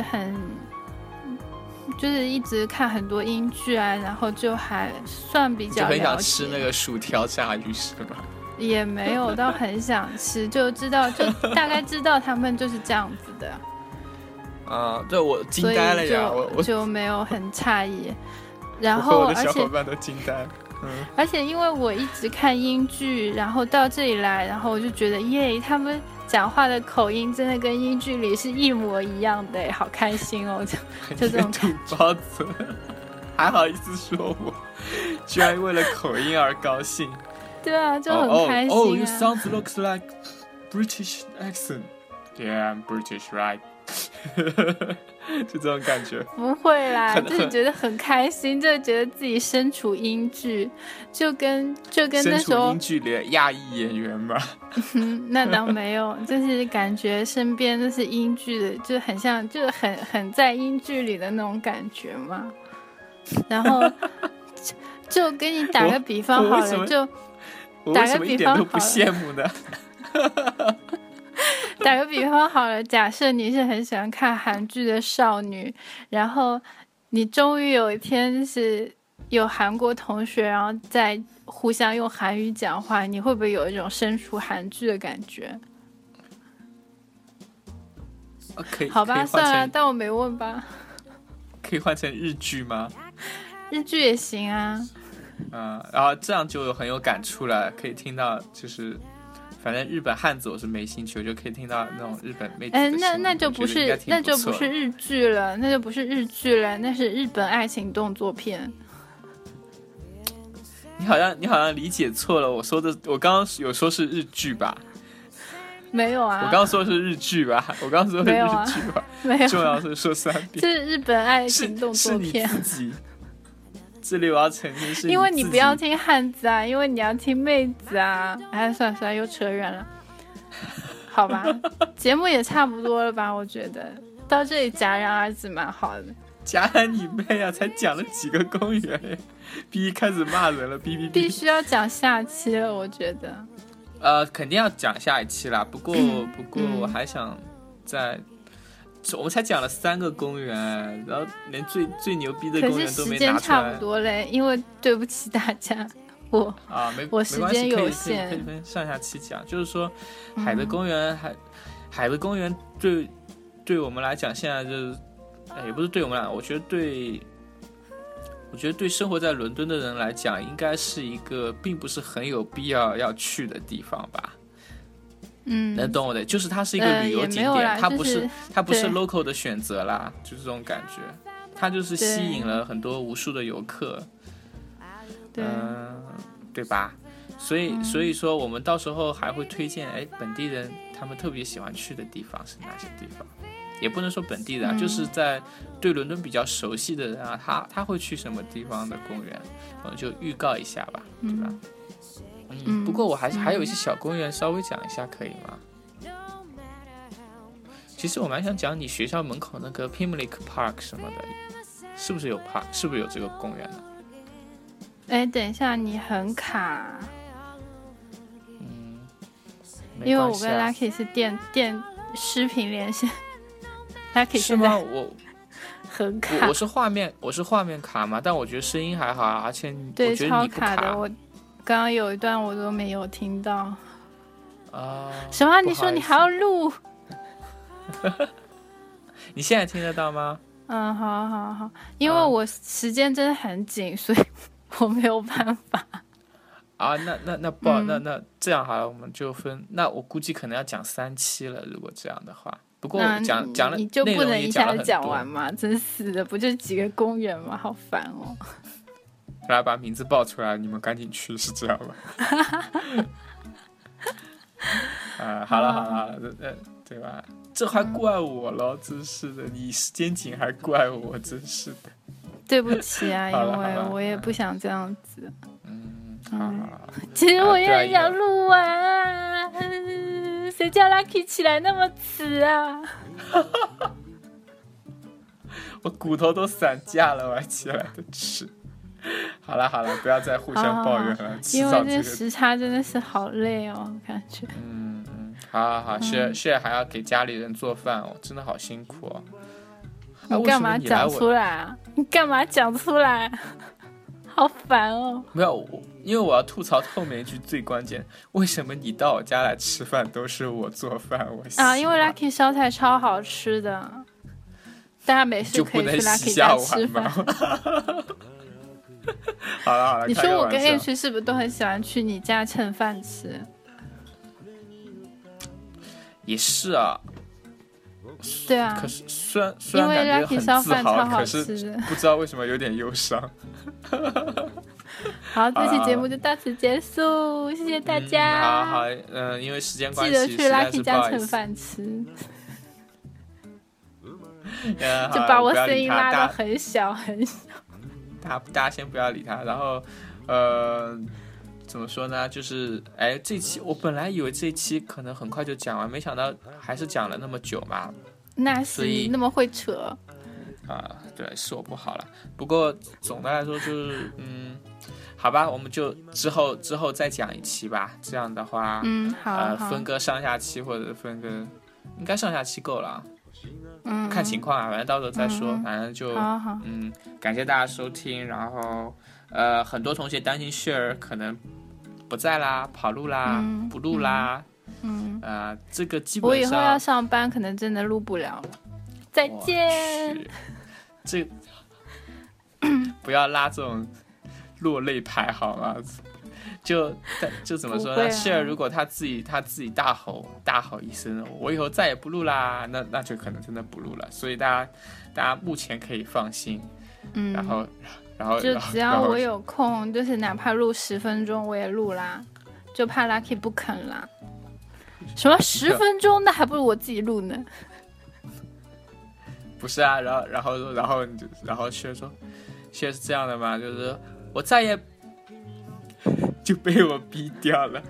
S3: 一直看很多英剧啊，然后就还算比较了解。
S2: 就很想吃那个薯条炸鱼是吗？
S3: 也没有到很想吃，就大概知道他们就是这样子的。
S2: 对，我惊呆了呀！
S3: 我就没有很诧异。然后
S2: 我的小伙伴都惊呆了。
S3: 而且因为我一直看英剧，然后到这里来，然后我就觉得耶，他们讲话的口音真的跟英剧里是一模一样的，好开心哦！就这种
S2: 土包子，还好意思说我，居然为了口音而高兴。
S3: 对啊，就很开心啊。
S2: You sound looks like British accent. Yeah, I'm British, right? 就这种感觉。
S3: 不会啦，就是觉得很开心，就觉得自己身处英剧，就跟那时候
S2: 身处英剧里的亚裔演员嘛。
S3: 那倒没有，就是感觉身边都是英剧的，就很像，就是很在英剧里的那种感觉嘛。然后就给你打个比方好了，就。
S2: 我为什么一点都不羡慕呢？
S3: 打个比方好了，假设你是很喜欢看韩剧的少女，然后你终于有一天是有韩国同学，然后在互相用韩语讲话，你会不会有一种身处韩剧的感觉？好吧，算了，但我没问吧。
S2: 可以换成日剧吗？
S3: 日剧也行啊。
S2: 然后这样就很有感触了，可以听到就是，反正日本汉字我是没兴趣，我就可以听到那种日本妹子的声音。
S3: 那就不是日剧了，那就不是日剧了，那是日本爱情动作片。
S2: 你好像理解错了，我刚刚有说是日剧吧？
S3: 没有啊，
S2: 我刚刚说的是日剧吧？我刚刚说的是日剧吧？
S3: 没有，
S2: 重要是说3遍。
S3: 这是日本爱情动作片。
S2: 是你自己。这里我要澄清是，
S3: 因为你不要听汉子啊，因为你要听妹子啊。算了，又扯远了。好吧，节目也差不多了吧？我觉得到这里戛然而止蛮好的。
S2: 戛然你妹啊！才讲了几个公园，逼开始骂人了，逼。
S3: 必须要讲下期了，我觉得。
S2: 肯定要讲下一期啦。不过我还想在。我们才讲了3个公园，然后连最牛逼的公园都没拿出来。可是时间
S3: 差不多嘞，因为对不起大家，我时间有限，
S2: 可以分上下期讲。就是说，海德公园海德公园对我们来讲，现在就是，也不是对我们俩，我觉得对我觉得对生活在伦敦的人来讲，应该是一个并不是很有必要要去的地方吧。能懂我的，就是它是一个旅游景点，它不是local 的选择啦，就是这种感觉，它就是吸引了很多无数的游客，对吧？所以说我们到时候还会推荐，本地人他们特别喜欢去的地方是哪些地方？也不能说本地人啊，就是在对伦敦比较熟悉的人啊，他会去什么地方的公园，我们就预告一下吧，对吧？不过我还有一些小公园，稍微讲一下可以吗？其实我蛮想讲你学校门口那个 Pimlico Park 什么的，是不是有 park？ 是不是有这个公园呢？
S3: 等一下，你很卡。
S2: 因
S3: 为我跟 Lucky 是电视频连线，Lucky
S2: 是吗？我
S3: 很卡。
S2: 我是画面卡嘛，但我觉得声音还好，而且我觉得你不
S3: 超卡的。我刚刚有一段我都没有听到。什么？你说你还要录？
S2: 你现在听得到吗？
S3: 好，因为我时间真的很紧，所以我没有办法。
S2: 那这样好了，我们就分。那我估计可能要讲3期了，如果这样的话。不过讲了，
S3: 你就不能一下子讲
S2: 完
S3: 吗？真是的，不就几个公园吗？好烦哦！
S2: 来把名字报出来，你们赶紧去，是这样吧？好了，对吧？这还怪我了，真是的！你时间紧还怪我，真是的。
S3: 对不起啊，因为我也不想这样子。
S2: 好。
S3: 其实我也很想录啊，谁叫 Lucky 起来那么迟啊？
S2: 我骨头都散架了，我还起来的迟。好了，不要再互相抱怨了。
S3: 因为这时差真的是好累哦，感觉。
S2: 好，Share还要给家里人做饭哦，真的好辛苦哦。
S3: 你干嘛讲出来啊？你干嘛讲出来？好烦哦！
S2: 没有，因为我要吐槽后面一句最关键，为什么你到我家来吃饭都是我做饭？
S3: 因为 Lucky 烧菜超好吃的，大家没事可以去 Lucky 家吃饭。
S2: 好了，
S3: 你说我跟 H 是不是都很喜欢去你家蹭饭吃？
S2: 也是啊。
S3: 对啊。
S2: 可是虽然感觉很自豪，可是不知道为什么有点忧伤。
S3: 好，这期节目就到此结束，谢谢大家。
S2: 好，因为时间关系，
S3: 记得去 Lucky 家蹭饭吃。就把我声音拉到很小很小。
S2: 大家先不要理他，然后怎么说呢？就是这期我本来以为这期可能很快就讲完，没想到还是讲了那么久嘛。
S3: 那是你那么会扯
S2: 对，是我不好了。不过总的来说就是，好吧，我们就之后再讲一期吧。这样的话，
S3: 好，
S2: 分个上下期或者分个，应该上下期够了。看情况啊，反正到时候再说。反正就感谢大家收听。然后很多同学担心 Share 可能不在啦，跑路啦，不录啦。这个基本上
S3: 我以后要上班，可能真的录不了了。再见。
S2: 这不要拉这种落泪牌好吗？就怎么说呢？Share 如果他自己大吼一声，我以后再也不录啦，那就可能真的不录了。所以大家目前可以放心。然后
S3: 就只要我有空，就是哪怕录10分钟我也录啦，就怕 Lucky 不肯啦。什么10分钟？那还不如我自己录呢。
S2: 不是啊，然后 Share 说 Share 是这样的嘛，就是我再也就被我逼掉了。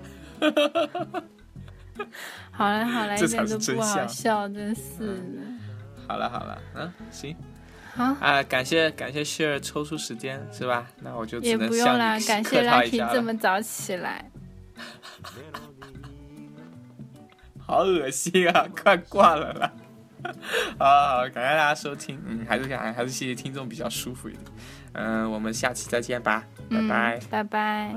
S3: 好了，
S2: 这才是
S3: 一点都不好笑，真是。
S2: 好了，行。
S3: 好
S2: 感谢 Share 抽出时间是吧？那我就只能
S3: 也不用啦，感谢 Lucky 这么早起来。
S2: 好恶心啊！快挂了啦！好，感谢大家收听。还是谢谢听众比较舒服一点。我们下期再见吧，拜拜，
S3: 拜拜。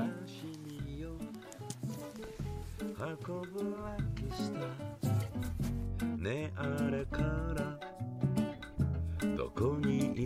S3: ねあれからどこに